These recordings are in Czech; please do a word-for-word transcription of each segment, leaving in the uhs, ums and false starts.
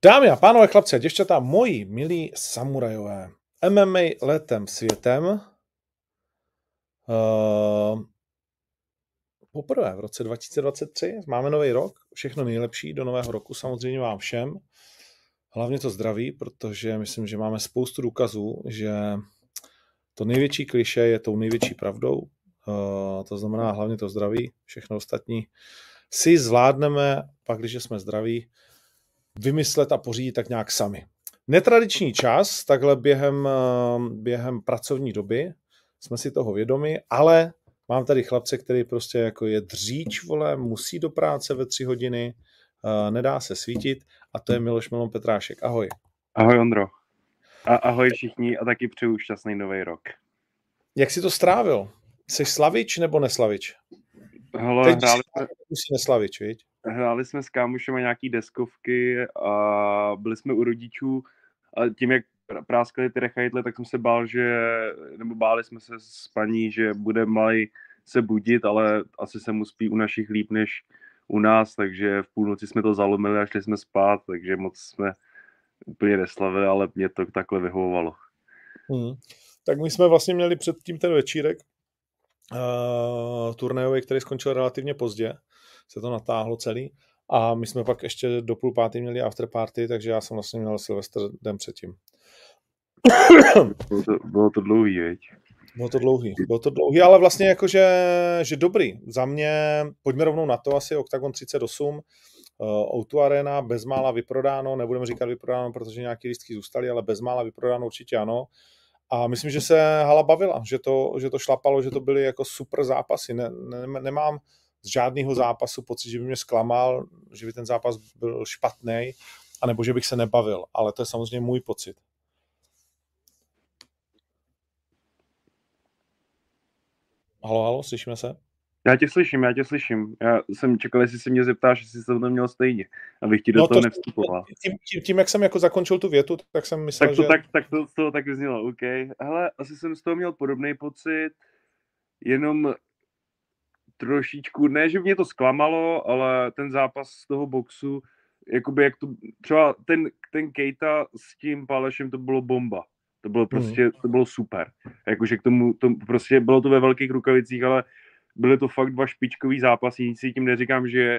Dámy a pánové, chlapci a děvčata, moji milí samurajové, M M A letem světem. Uh, poprvé v roce dva tisíce dvacet tři máme nový rok, všechno nejlepší do nového roku, samozřejmě vám všem. Hlavně to zdraví, protože myslím, že máme spoustu důkazů, že to největší klišé je tou největší pravdou. Uh, to znamená hlavně to zdraví, všechno ostatní si zvládneme, pak když jsme zdraví, vymyslet a pořídit tak nějak sami. Netradiční čas, takhle během, během pracovní doby, jsme si toho vědomi, ale mám tady chlapce, který prostě jako je dříč, vole, musí do práce ve tři hodiny, nedá se svítit a to je Miloš Milon Petrášek. Ahoj. Ahoj Ondro. A ahoj všichni a taky přeju šťastný nový rok. Jak jsi to strávil? Jsi slavič nebo neslavič? Hele, Teď hráli, musí neslavič, viď? hráli jsme s kámošema nějaký deskovky a byli jsme u rodičů a tím, jak práskali ty rechajitle, tak jsem se bál, že, nebo báli jsme se s paní, že bude malý se budit, ale asi se mu spí u našich líp než u nás, takže v půlnoci jsme to zalomili a šli jsme spát, takže moc jsme úplně neslavili, ale mě to takhle vyhovovalo. Hmm. Tak my jsme vlastně měli předtím ten večírek uh, turnajový, který skončil relativně pozdě, se to natáhlo celý a my jsme pak ještě do půl pátý měli afterparty, takže já jsem vlastně měl Silvestr den předtím. Bylo to, bylo to dlouhý, veď? Bylo to dlouhý, bylo to dlouhý, ale vlastně jakože že dobrý. Za mě, pojďme rovnou na to, asi Octagon třicet osm, uh, ó dva Arena, bezmála vyprodáno, nebudeme říkat vyprodáno, protože nějaké lístky zůstaly, ale bezmála vyprodáno určitě ano. A myslím, že se hala bavila, že to, že to šlapalo, že to byly jako super zápasy. Ne, ne, nemám z žádného zápasu pocit, že by mě zklamal, že by ten zápas byl špatný, anebo že bych se nebavil, ale to je samozřejmě můj pocit. Halo, halo, slyšíme se? Já tě slyším, já tě slyším. Já jsem čekal, jestli se mě zeptáš, jestli se to měl stejně, abych ti do no toho to, nevstupoval. Tím, tím, tím, jak jsem jako zakončil tu větu, tak jsem myslel, tak to, že... Tak, tak to z toho tak vyznělo, OK. Hele, asi jsem z toho měl podobný pocit, jenom trošičku, ne, že mě to zklamalo, ale ten zápas z toho boxu, jakoby jak to, třeba ten, ten Keita s tím Pálešem, to bylo bomba. To bylo prostě, to bylo super. Jakože k tomu, to prostě bylo to ve velkých rukavicích, ale byly to fakt dva špičkový zápasníci, tím neříkám, že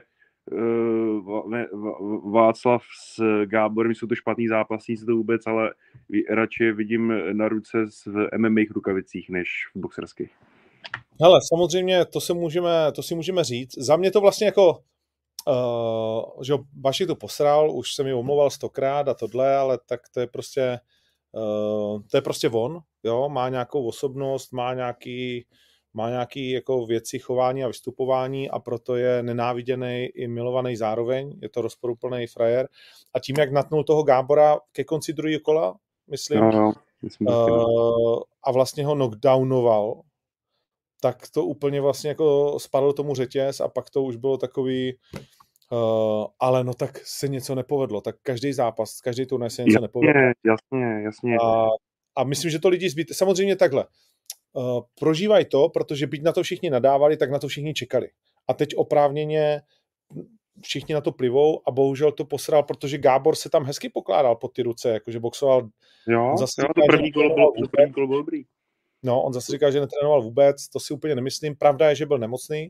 uh, Václav s Gáborem jsou to špatný zápasníci to vůbec, ale radši vidím na ruce v M M A rukavicích, než v boxerských. Hele, samozřejmě to, se můžeme, to si můžeme říct. Za mě to vlastně jako, uh, že Vašik to posral, už se mi omlouval stokrát a tohle, ale tak to je prostě, uh, to je prostě on, jo, má nějakou osobnost, má nějaký, má nějaký jako věci, chování a vystupování a proto je nenáviděný i milovaný zároveň, je to rozporuplný frajer. A tím, jak natnul toho Gábora ke konci druhého kola, myslím, no, no, myslím uh, a vlastně ho knockdownoval, tak to úplně vlastně jako spadlo tomu řetěz a pak to už bylo takový, uh, ale no tak se něco nepovedlo, tak každý zápas, každý turnaj se něco jasně, nepovedlo. Jasně, jasně. A, a myslím, že to lidi zbyt, samozřejmě takhle, uh, prožívají to, protože byť na to všichni nadávali, tak na to všichni čekali. A teď oprávněně všichni na to plivou a bohužel to posral, protože Gábor se tam hezky pokládal pod ty ruce, jakože boxoval. Jo, zase jo to první kolo bylo, to první kolo bylo dobrý. No, on zase říkal, že netrénoval vůbec, to si úplně nemyslím. Pravda je, že byl nemocný.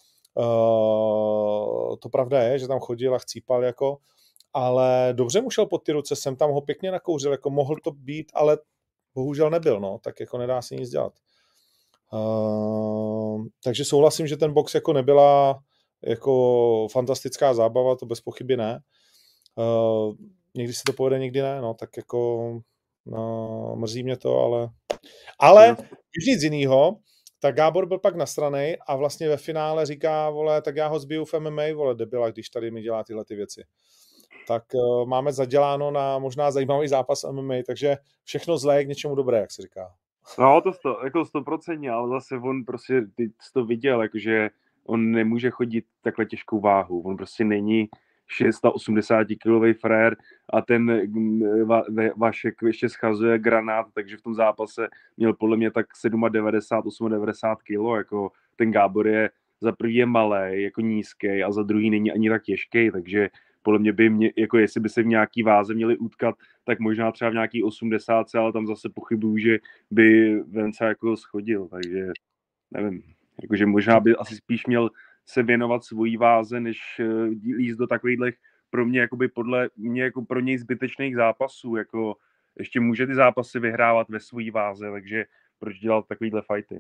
Uh, to pravda je, že tam chodil a chcípal jako, ale dobře mu šel pod ty ruce, jsem tam ho pěkně nakouřil, jako mohl to být, ale bohužel nebyl, no, tak jako nedá se nic dělat. Uh, takže souhlasím, že ten box jako nebyla jako fantastická zábava, to bez pochyby ne. Uh, někdy se to povede, někdy ne, no, tak jako no, mrzí mě to, ale ale už nic jinýho, tak Gábor byl pak nasranej a vlastně ve finále říká, vole, tak já ho zbiju v M M A, vole, debila, když tady mi dělá tyhle ty věci. Tak uh, máme zaděláno na možná zajímavý zápas M M A, takže všechno zlé je k něčemu dobré, jak se říká. No to sto, jako stoprocentně, ale zase on prostě, ty jsi to viděl, jakože on nemůže chodit takhle těžkou váhu, on prostě není osmdesátikilový frér a ten va, Vašek ještě schazuje granát, takže v tom zápase měl podle mě tak devadesát sedm, devadesát osm kilo, jako ten Gábor je za prvý je malej, jako nízký a za druhý není ani tak těžký, takže podle mě by mě, jako jestli by se v nějaký váze měli utkat, tak možná třeba v nějaký osmdesátce, ale tam zase pochybuju, že by Vence jako schodil, takže nevím. Jakože možná by asi spíš měl se věnovat svojí váze, než líst do takovýchhle pro mě, jakoby podle mě, jako pro něj zbytečných zápasů, jako ještě může ty zápasy vyhrávat ve svojí váze, takže proč dělat takovýhle fighty?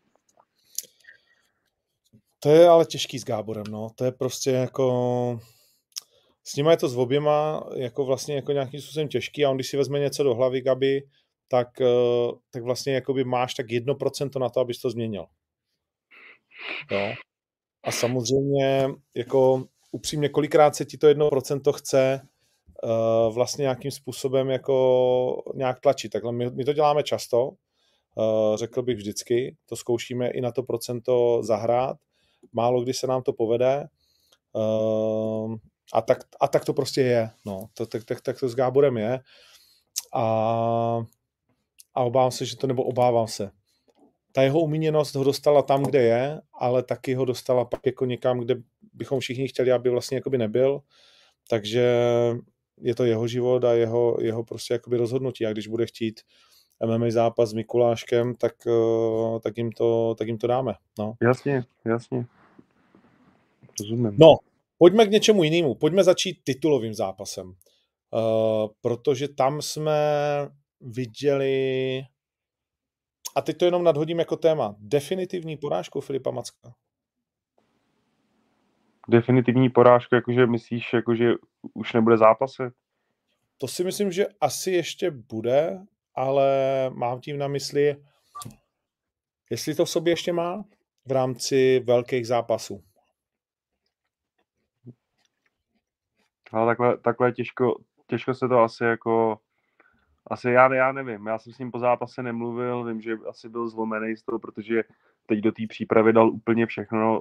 To je ale těžký s Gáborem, no. To je prostě jako... S nima je to s oběma jako vlastně jako nějakým způsobem těžký a on, když si vezme něco do hlavy, Gabi, tak, tak vlastně jakoby máš tak jedno procento na to, abys to změnil. Jo. A samozřejmě jako upřímně, kolikrát se ti to jedno procento chce uh, vlastně nějakým způsobem jako nějak tlačit. Takhle my, my to děláme často, uh, řekl bych vždycky, to zkoušíme i na to procento zahrát, málo kdy se nám to povede, uh, a, tak, a tak to prostě je, no, to, tak, tak, tak to s Gáborem je a, a obávám se, že to, nebo obávám se, ta jeho umíněnost ho dostala tam, kde je, ale taky ho dostala pak jako někam, kde bychom všichni chtěli, aby vlastně jakoby nebyl. Takže je to jeho život a jeho, jeho prostě jakoby rozhodnutí. A když bude chtít M M A zápas s Mikuláškem, tak, tak, jim, to, tak jim to dáme. No. Jasně, jasně. Rozumím. No, pojďme k něčemu jinému. Pojďme začít titulovým zápasem. Uh, protože tam jsme viděli... A teď to jenom nadhodím jako téma. Definitivní porážku Filipa Macka. Definitivní porážku, jakože myslíš, jakože už nebude zápasit? To si myslím, že asi ještě bude, ale mám tím na mysli, jestli to v sobě ještě má v rámci velkých zápasů. Ale takhle, takhle těžko, těžko se to asi jako... Asi já, já nevím, já jsem s ním po zápase nemluvil, vím, že asi byl zlomený z toho, protože teď do té přípravy dal úplně všechno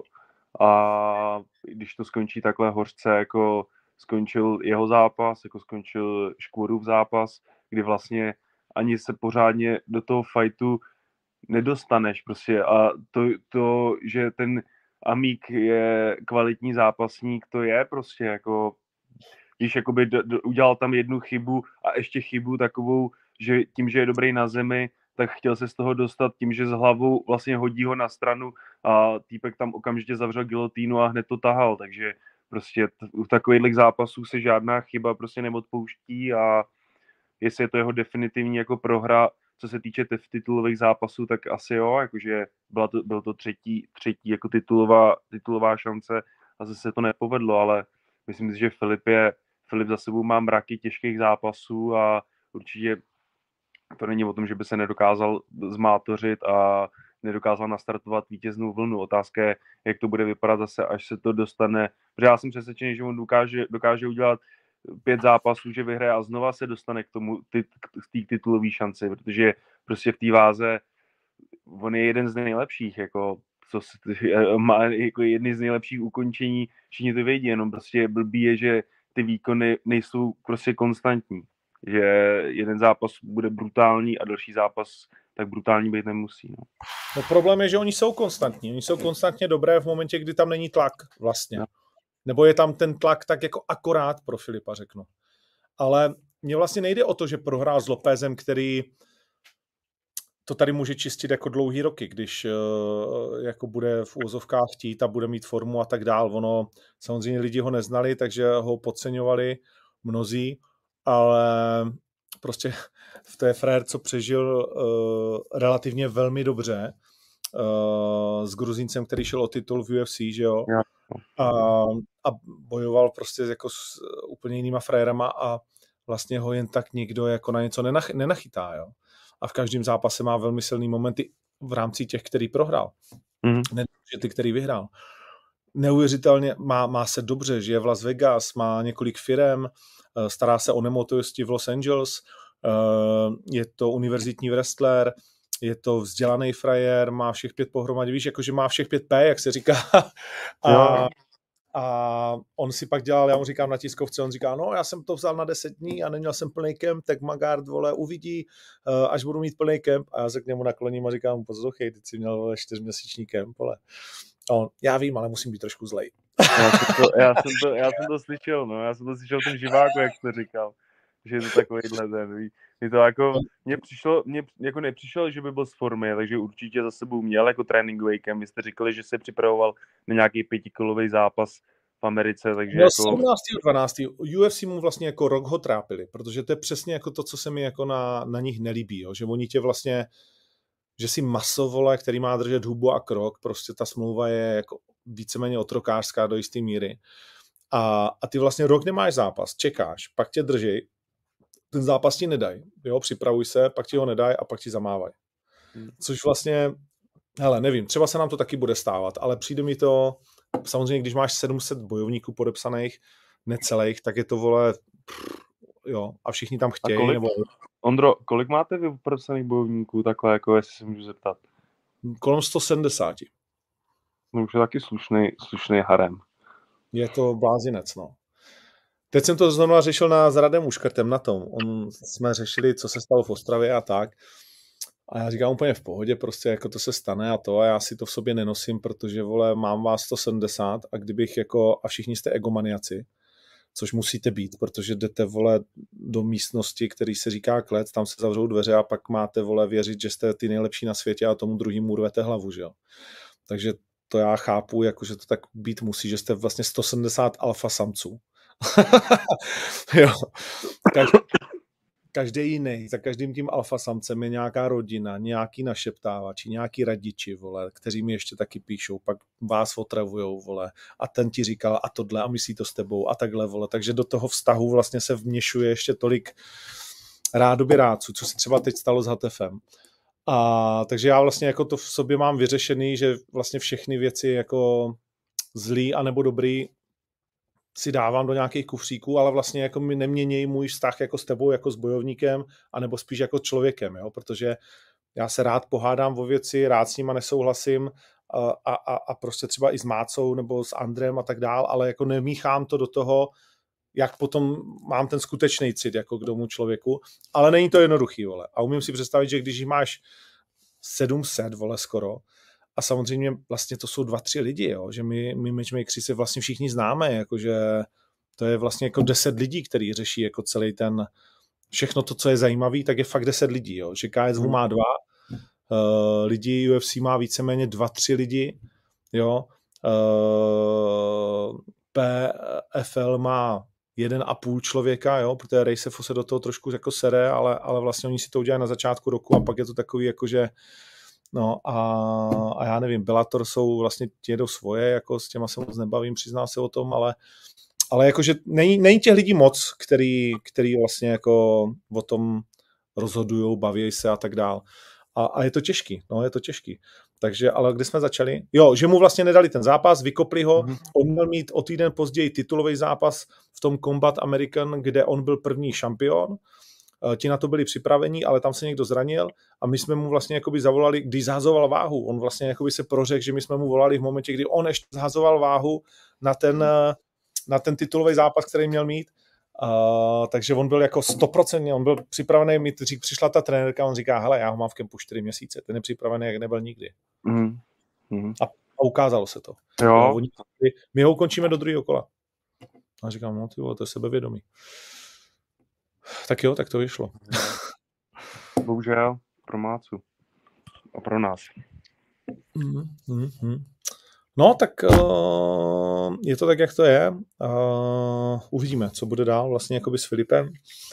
a když to skončí takhle hořce, jako skončil jeho zápas, jako skončil Škvorův zápas, kdy vlastně ani se pořádně do toho fightu nedostaneš prostě a to, to že ten Amík je kvalitní zápasník, to je prostě jako když jakoby do, do, udělal tam jednu chybu a ještě chybu takovou, že tím, že je dobrý na zemi, tak chtěl se z toho dostat tím, že s hlavou vlastně hodí ho na stranu a týpek tam okamžitě zavřel gilotínu a hned to tahal, takže prostě u takových zápasů se žádná chyba prostě neodpouští a jestli je to jeho definitivní jako prohra, co se týče titulových zápasů, tak asi jo, jakože byla to, byl to třetí, třetí jako titulová, titulová šance a zase to nepovedlo, ale myslím si, že Filip je Filip za sebou má mraky těžkých zápasů a určitě to není o tom, že by se nedokázal zmátořit a nedokázal nastartovat vítěznou vlnu. Otázka je, jak to bude vypadat zase, až se to dostane. Protože já jsem přesvědčený, že on dokáže, dokáže udělat pět zápasů, že vyhraje a znova se dostane k tomu, ty, k té titulové šanci, protože prostě v té váze on je jeden z nejlepších, jako co se, má jako jedny z nejlepších ukončení, všichni to vědí, jenom prostě blbý je, že ty výkony nejsou prostě konstantní. Že jeden zápas bude brutální a další zápas tak brutální být nemusí. No. No problém je, že oni jsou konstantní. Oni jsou konstantně dobré v momentě, kdy tam není tlak vlastně. No. Nebo je tam ten tlak tak jako akorát pro Filipa, řeknu. Ale mně vlastně nejde o to, že prohrál s Lopezem, který to tady může čistit jako dlouhý roky, když uh, jako bude v úvozovkách chtít a bude mít formu a tak dál. Ono, samozřejmě lidi ho neznali, takže ho podceňovali mnozí, ale prostě v té frajer, co přežil uh, relativně velmi dobře uh, s Gruzíncem, který šel o titul v U F C, že jo? A, a bojoval prostě jako s úplně jinýma frajerama a vlastně ho jen tak nikdo jako na něco nenach, nenachytá, jo? A v každém zápase má velmi silný momenty v rámci těch, který prohrál. Mm. Ne, že ty, který vyhrál. Neuvěřitelně má, má se dobře, žije v Las Vegas, má několik firem, stará se o nemovitosti v Los Angeles, je to univerzitní wrestler, je to vzdělaný frajer, má všech pět pohromadě, víš, jakože má všech pět P, jak se říká. A, a on si pak dělal, já mu říkám na tiskovce, on říká, no já jsem to vzal na deset dní a neměl jsem plný kemp, tak Magard, vole, uvidí, až budu mít plný kemp. A já se k němu nakloním a říkám, poslouchej, ty jsi měl, vole, čtyřměsíční kemp, vole. A on, já vím, ale musím být trošku zlej. Já jsem to, já jsem to, já jsem to slyšel, no, já jsem to slyšel v tom živáku, jak jsi to říkal, že je to takovýhle ten, je to jako, mně přišlo, mně jako nepřišlo, že by byl z formy, takže určitě za sebou měl jako tréninkový kemp. Vy jste říkali, že se připravoval na nějaký pětikolový zápas v Americe, takže No, jako... sedmnáctého dvanáctého U F C mu vlastně jako rok ho trápili, protože to je přesně jako to, co se mi jako na, na nich nelíbí, jo? Že oni tě vlastně, že si maso, vole, který má držet hubu a krok, prostě ta smlouva je jako víceméně otrokářská do jisté míry. A, a ty vlastně rok nemáš zápas, čekáš, pak tě drží, ten zápas ti nedají, jo, připravuj se, pak ti ho nedají a pak ti zamávají. Což vlastně, hele, nevím, třeba se nám to taky bude stávat, ale přijde mi to, samozřejmě, když máš sedm set bojovníků podepsaných, necelých, tak je to, vole, pff, jo, a všichni tam chtějí. A kolik, nebo... Ondro, kolik máte vy podepsaných bojovníků, takhle, jako jestli se můžu zeptat? Kolem sto sedmdesát. No už je taky slušný, slušný harem. Je to blázinec, no. Teď jsem to znovu řešil na, s Radem Uškrtem na tom. On, jsme řešili, co se stalo v Ostravě a tak. A já říkám úplně v pohodě, prostě jako to se stane a to a já si to v sobě nenosím, protože, vole, mám vás sto sedmdesát a kdybych jako, a všichni jste egomaniaci, což musíte být, protože jdete, vole, do místnosti, který se říká klec, tam se zavřou dveře a pak máte, vole, věřit, že jste ty nejlepší na světě a tomu druhýmu rvete hlavu, že jo. Takže to já chápu, jako, že to tak být musí, že jste vlastně sto sedmdesát alfa samců. Jo. Každý, každý jiný, za každým tím alfa samcem je nějaká rodina, nějaký našeptávači, nějaký radiči, vole, kteří mi ještě taky píšou, pak vás otravujou, vole, a ten ti říkal a tohle a myslí to s tebou a takhle, vole, takže do toho vztahu vlastně se vměšuje ještě tolik rádoby rádců, co se třeba teď stalo s Hatefem. A takže já vlastně jako to v sobě mám vyřešený, že vlastně všechny věci jako zlý anebo dobrý si dávám do nějakých kufříků, ale vlastně jako mi neměnějí můj vztah jako s tebou, jako s bojovníkem, anebo spíš jako člověkem, jo? Protože já se rád pohádám o věci, rád s nima nesouhlasím a, a, a prostě třeba i s Mácou nebo s Andrem a tak dál, ale jako nemíchám to do toho, jak potom mám ten skutečný cit jako k tomu člověku, ale není to jednoduchý, vole. A umím si představit, že když máš sedm set, vole, skoro, a samozřejmě vlastně to jsou dva, tři lidi, jo? Že my, my matchmakeri se vlastně všichni známe, jakože to je vlastně jako deset lidí, který řeší jako celý ten, všechno to, co je zajímavý, tak je fakt deset lidí, jo? Že K S V má dva, uh, lidi U F C má víceméně dva, tři lidi, jo? Uh, P F L má jeden a půl člověka, jo? Protože Rejsefo se do toho trošku jako sere, ale, ale vlastně oni si to udělají na začátku roku a pak je to takový jakože no a, a já nevím, Bellator jsou vlastně jedou svoje, jako s těma se moc nebavím, přiznám se o tom, ale, ale jakože není, není těch lidí moc, který, který vlastně jako o tom rozhodujou, baví se a tak dál. A, a je to těžký, no je to těžký. Takže, ale kde jsme začali? Jo, že mu vlastně nedali ten zápas, vykopli ho, mm-hmm. On měl mít o týden později titulový zápas v tom Combat American, kde on byl první šampion. Ti na to byli připraveni, ale tam se někdo zranil a my jsme mu vlastně jakoby zavolali, když zhazoval váhu, on vlastně jakoby se prořekl, že my jsme mu volali v momentě, kdy on ještě zhazoval váhu na ten, na ten titulový zápas, který měl mít. Uh, takže on byl jako sto procent, on byl připravený, mi řík, přišla ta trenérka, on říká, hele, já ho mám v kempu čtyři měsíce, ten je připravený, jak nebyl nikdy. Mm. A, a ukázalo se to. Jo. No, oni, my ho ukončíme do druhého kola. A říkám, no ty vole, to je sebevědomí. Tak jo, tak to vyšlo. Bohužel pro Mácu. A pro nás. Mm, mm, mm. No, tak uh, je to tak, jak to je. Uh, uvidíme, co bude dál vlastně jakoby s Filipem.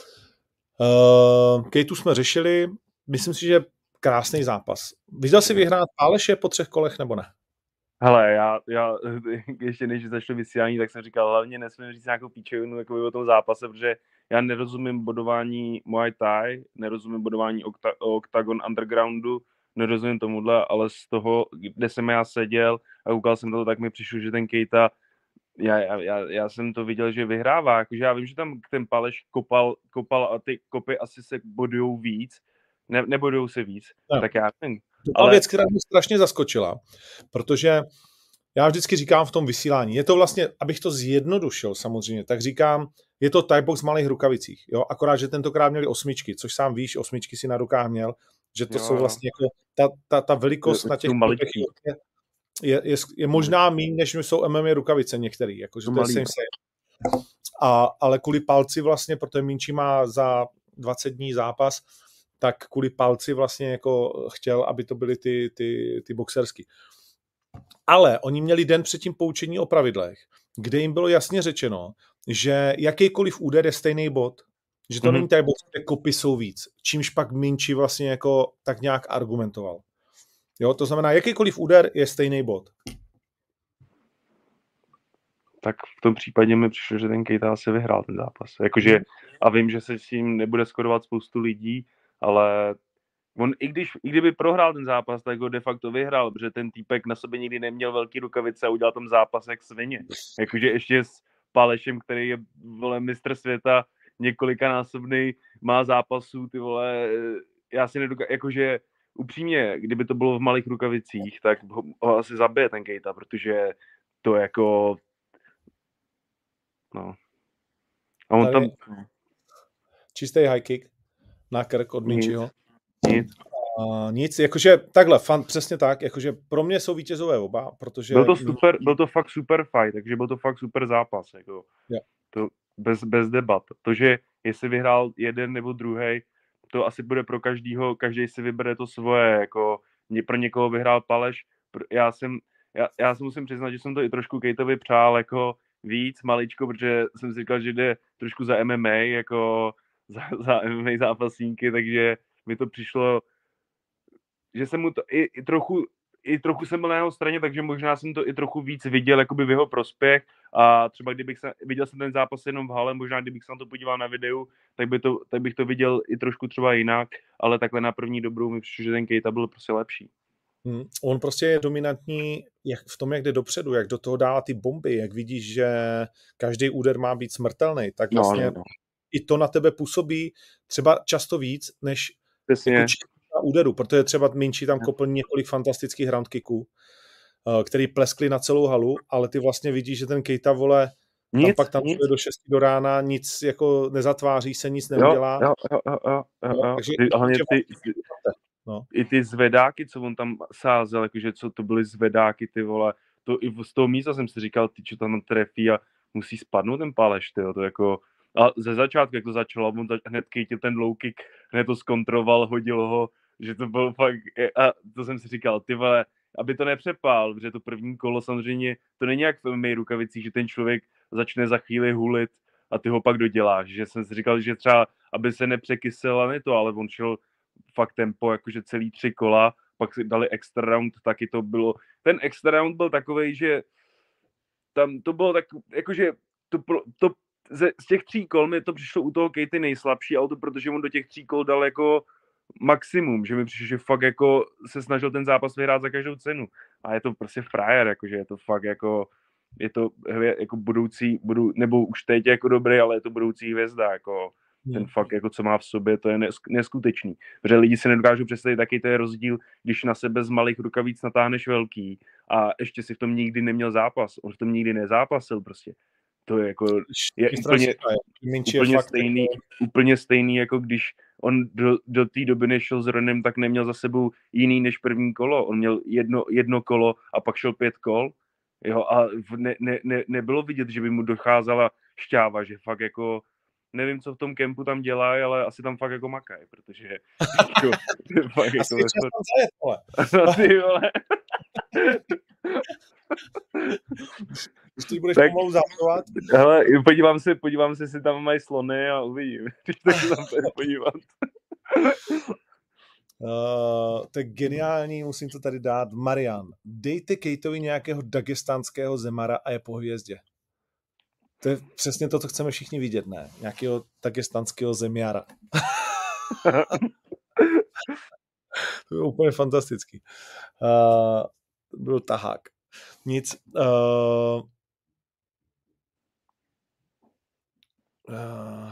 Uh, Kejtu jsme řešili. Myslím si, že krásný zápas. Viděl jsi vyhrát Páleše po třech kolech, nebo ne? Hele, já, já ještě než začalo vysílání, tak jsem říkal, hlavně nesmím říct nějakou píčovinu jako o tom zápase, protože já nerozumím bodování Muay Thai, nerozumím bodování Octa- Octagon Undergroundu, nerozumím tomuhle, ale z toho, kde jsem já seděl a koukal jsem to, tak mi přišlo, že ten Keita, já, já, já jsem to viděl, že vyhrává, jakože já vím, že tam ten Páleš kopal, kopal a ty kopy asi se bodujou víc, ne, nebodujou se víc, no. Tak já nevím. To byla ale... věc, která mě strašně zaskočila, protože já vždycky říkám v tom vysílání, je to vlastně, abych to zjednodušil samozřejmě, tak říkám, je to Thai box v malých rukavicích, jo, akorát, že tentokrát měli osmičky, což sám víš, osmičky si na rukách měl, že to jo, jsou vlastně jako ta, ta, ta velikost na těch, je, je, je možná méně, než jsou M M A rukavice některý, jakože to, to je malý, same, same. A, ale kvůli palci vlastně, protože Minči má za dvacet dní zápas, tak kvůli palci vlastně jako chtěl, aby to byly ty, ty, ty boxerský. Ale oni měli den předtím poučení o pravidlech, kde jim bylo jasně řečeno, že jakýkoliv úder je stejný bod, že to mm-hmm. není tak bod, kde kopy jsou víc, čímž pak Minči vlastně jako tak nějak argumentoval. Jo, to znamená, jakýkoliv úder je stejný bod. Tak v tom případě mi přišlo, že ten Keita asi vyhrál ten zápas. Jakože, mm. a vím, že se s tím nebude shodovat spoustu lidí, ale on i když, i kdyby prohrál ten zápas, tak ho de facto vyhrál, protože ten týpek na sobě nikdy neměl velký rukavice a udělal tam zápas jak svině. Jakože ještě s Pálešem, který je, vole, mistr světa, několikanásobný, má zápasů, ty vole, já si nedokážu, jakože upřímně, kdyby to bylo v malých rukavicích, tak ho, ho asi zabije ten Keita, protože to jako no. A on tam... Čistý high kick na krk od Minčiho. Nic. Uh, nic, jakože takhle, fan, přesně tak, jakože pro mě jsou vítězové oba, protože... Byl to super, byl to fakt super fight, takže byl to fakt super zápas, jako. Yeah. To bez, bez debat. To, že jestli vyhrál jeden nebo druhý, to asi bude pro každýho, každý si vybere to svoje, jako pro někoho vyhrál Paleš, já jsem, já, já si musím přiznat, že jsem to i trošku Keitovi přál, jako víc, maličko, protože jsem si říkal, že jde trošku za M M A, jako za, za M M A zápasníky, takže mi to přišlo, že jsem mu to i, i trochu i trochu jsem byl na jeho straně, takže možná jsem to i trochu víc viděl jakoby v jeho prospěch a třeba kdybych se, viděl jsem ten zápas jenom v hale, možná kdybych se na to podíval na videu, tak, by to, tak bych to viděl i trošku třeba jinak, ale takhle na první dobrou mi přišlo, že ten Keita byl prostě lepší. Hmm. On prostě je dominantní jak v tom, jak jde dopředu, jak do toho dává ty bomby, jak vidíš, že každý úder má být smrtelný, tak vlastně no, no, no. i to na tebe působí třeba často víc, než jako na úderu, protože třeba Minči tam kopl několik fantastických round kicků, který pleskli na celou halu, ale ty vlastně vidíš, že ten Keita, vole, nic, tam pak tam nic. do šesti do rána, nic jako nezatváří se, nic neudělá. Jo, jo, jo, jo, jo, jo. Takže ty, hlavně ty, ty, no. I ty zvedáky, co on tam sázel, jakože co to byly zvedáky, ty vole, to i z toho místa jsem si říkal, ty, čo tam trefí a musí spadnout ten Páleš, ty, to jako, a ze začátku, jak to začalo, on hned chytil ten low kick, hned to zkontroval, hodil ho, že to byl fakt, a to jsem si říkal, ty vole, aby to nepřepál, protože to první kolo samozřejmě, to není jak v M M A rukavicích, že ten člověk začne za chvíli hulit a ty ho pak doděláš, že jsem si říkal, že třeba, aby se nepřekysil a ne to, ale on šel fakt tempo, jakože celý tři kola, pak si dali extra round, taky to bylo, ten extra round byl takovej, že tam to bylo tak, jakože to, to ze, z těch tří kol mi to přišlo u toho Keity nejslabší auto, protože on do těch tří kol dal jako maximum, že mi přišlo, že fakt jako se snažil ten zápas vyhrát za každou cenu. A je to prostě frajer, jakože je to fakt jako, je to jako budoucí, budou, nebo už teď jako dobrý, ale je to budoucí hvězda, jako ten fakt, jako co má v sobě, to je neskutečný. Protože lidi si nedokážou představit, taký to je rozdíl, když na sebe z malých rukavíc natáhneš velký a ještě si v tom nikdy neměl zápas. On v tom nikdy nezápasil prostě. To je jako, je úplně, úplně stejný, úplně stejný, jako když on do, do té doby nešel s Ronem, tak neměl za sebou jiný než první kolo. On měl jedno, jedno kolo a pak šel pět kol. Jo, a ne, ne, ne, nebylo vidět, že by mu docházela šťáva, že fakt jako nevím, co v tom kempu tam dělají, ale asi tam fakt jako makají, protože jako, fakt asi jako, čas tam zajet, vole. No ty vole. Když ty budeš tak, pomalu zápovat. Hele, podívám se, podívám se, jestli tam mají slony a uvidím, když tak se tam podívat. Uh, to je geniální, musím to tady dát. Marian, dejte Keitovi nějakého dagestánského zemara a je po hvězdě. To je přesně to, co chceme všichni vidět, ne? Nějakého dagestánského zemiara. To bylo úplně fantastický. Uh, byl tahák. Nic. Uh, uh,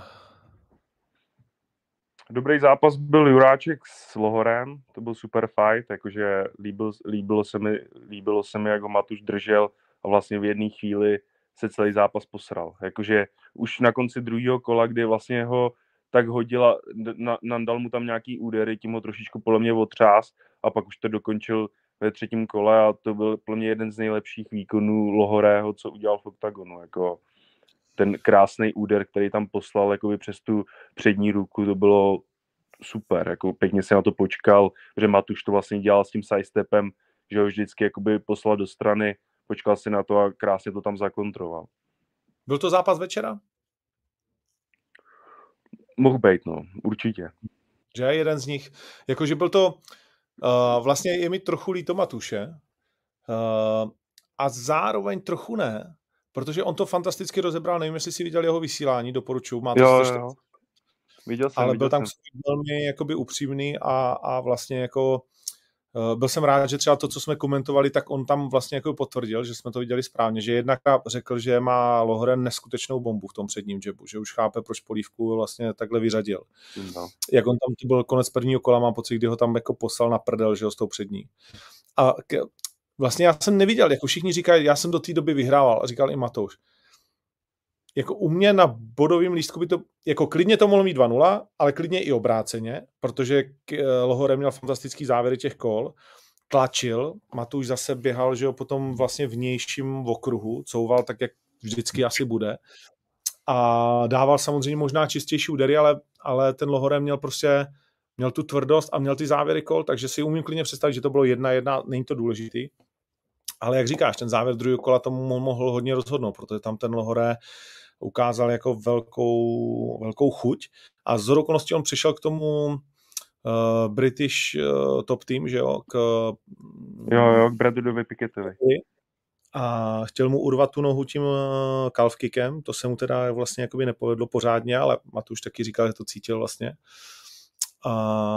Dobrý zápas byl Juráček s Lohorem, to byl super fight, jakože líbil, líbilo, se mi, líbilo se mi, jak ho Matuš držel a vlastně v jedné chvíli se celý zápas posral. Jakože už na konci druhého kola, kdy vlastně ho tak hodila, na, nadal mu tam nějaký údery, tím ho trošičku podle mě otřás a pak už to dokončil ve třetím kole a to byl pro mě jeden z nejlepších výkonů Lohorého, co udělal v oktagonu. Jako ten krásný úder, který tam poslal jakoby přes tu přední ruku, to bylo super, jako pěkně se na to počkal, že Matuš to vlastně dělal s tím sidestepem, že ho vždycky jakoby poslal do strany, počkal si na to a krásně to tam zakontroval. Byl to zápas večera? Mohl být, no, určitě. Že je jeden z nich. Jakože byl to, uh, vlastně je mi trochu líto Matuše uh, a zároveň trochu ne, protože on to fantasticky rozebral, nevím, jestli si viděl jeho vysílání, doporučuju, má to jo, jo. Viděl jsem, ale viděl byl tam jsem. velmi jakoby upřímný a, a vlastně jako uh, byl jsem rád, že třeba to, co jsme komentovali, tak on tam vlastně jako potvrdil, že jsme to viděli správně, že jednak řekl, že má Lohoren neskutečnou bombu v tom předním jabu, že už chápe, proč Polívku vlastně takhle vyřadil. No. Jak on tam to byl konec prvního kola, mám pocit, kdy ho tam jako poslal na prdel, že ho s tou přední. A k, vlastně já jsem neviděl, jako všichni říkají, já jsem do té doby vyhrával, a říkal i Matouš. Jako u mě na bodovém lístku by to, jako klidně to mohlo mít dva nula, ale klidně i obráceně, protože Lohorem měl fantastický závěry těch kol, tlačil, Matouš zase běhal, že jo, potom vlastně vnějším okruhu, couval tak, jak vždycky asi bude, a dával samozřejmě možná čistější údery, ale, ale ten Lohorem měl prostě, měl tu tvrdost a měl ty závěry kol, takže si umím klidně představit, že to bylo jedna jedna, není to důležitý, ale jak říkáš, ten závěr druhého kola tomu mohl hodně rozhodnout, protože tam ten Lohore ukázal jako velkou, velkou chuť a z okolností on přišel k tomu uh, British uh, top team, že jo, k, jo, jo, k Bradovi Pickettovi. A chtěl mu urvat tu nohu tím uh, calf kickem, to se mu teda vlastně jakoby nepovedlo pořádně, ale Matuš taky říkal, že to cítil vlastně. A,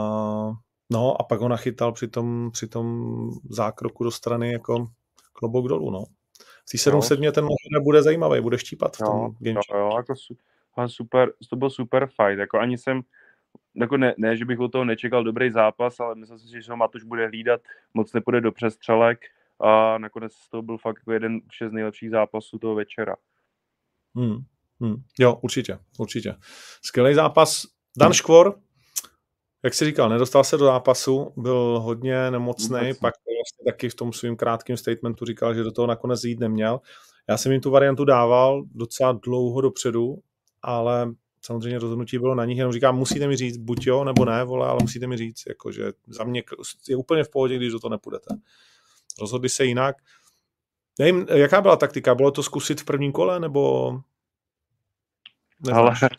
no a pak ho nachytal při tom, při tom zákroku do strany jako klobouk dolů, no. V té sedm set ten možná bude zajímavý, bude štípat v tom jo, game. Jo, jo, jako super, to byl super fight, jako ani jsem, jako ne, ne, že bych od toho nečekal dobrý zápas, ale myslel jsem si, že ho Matuš bude hlídat, moc nepůjde do přestřelek a nakonec to byl fakt jako jeden z nejlepších zápasů toho večera. Hmm, hmm. Jo, určitě, určitě. Skvělý zápas. Dan Škvor, jak jsi říkal, nedostal se do zápasu, byl hodně nemocný, Vůbec. Pak vlastně taky v tom svým krátkém statementu říkal, že do toho nakonec jít neměl. Já jsem jim tu variantu dával docela dlouho dopředu, ale samozřejmě rozhodnutí bylo na nich, jenom říkám, musíte mi říct, buď jo, nebo ne, vole, ale musíte mi říct, jako, že za mě je úplně v pohodě, když do toho nepůjdete. Rozhodli se jinak. Nevím, jaká byla taktika? Bylo to zkusit v prvním kole, nebo... Neznáš? Ale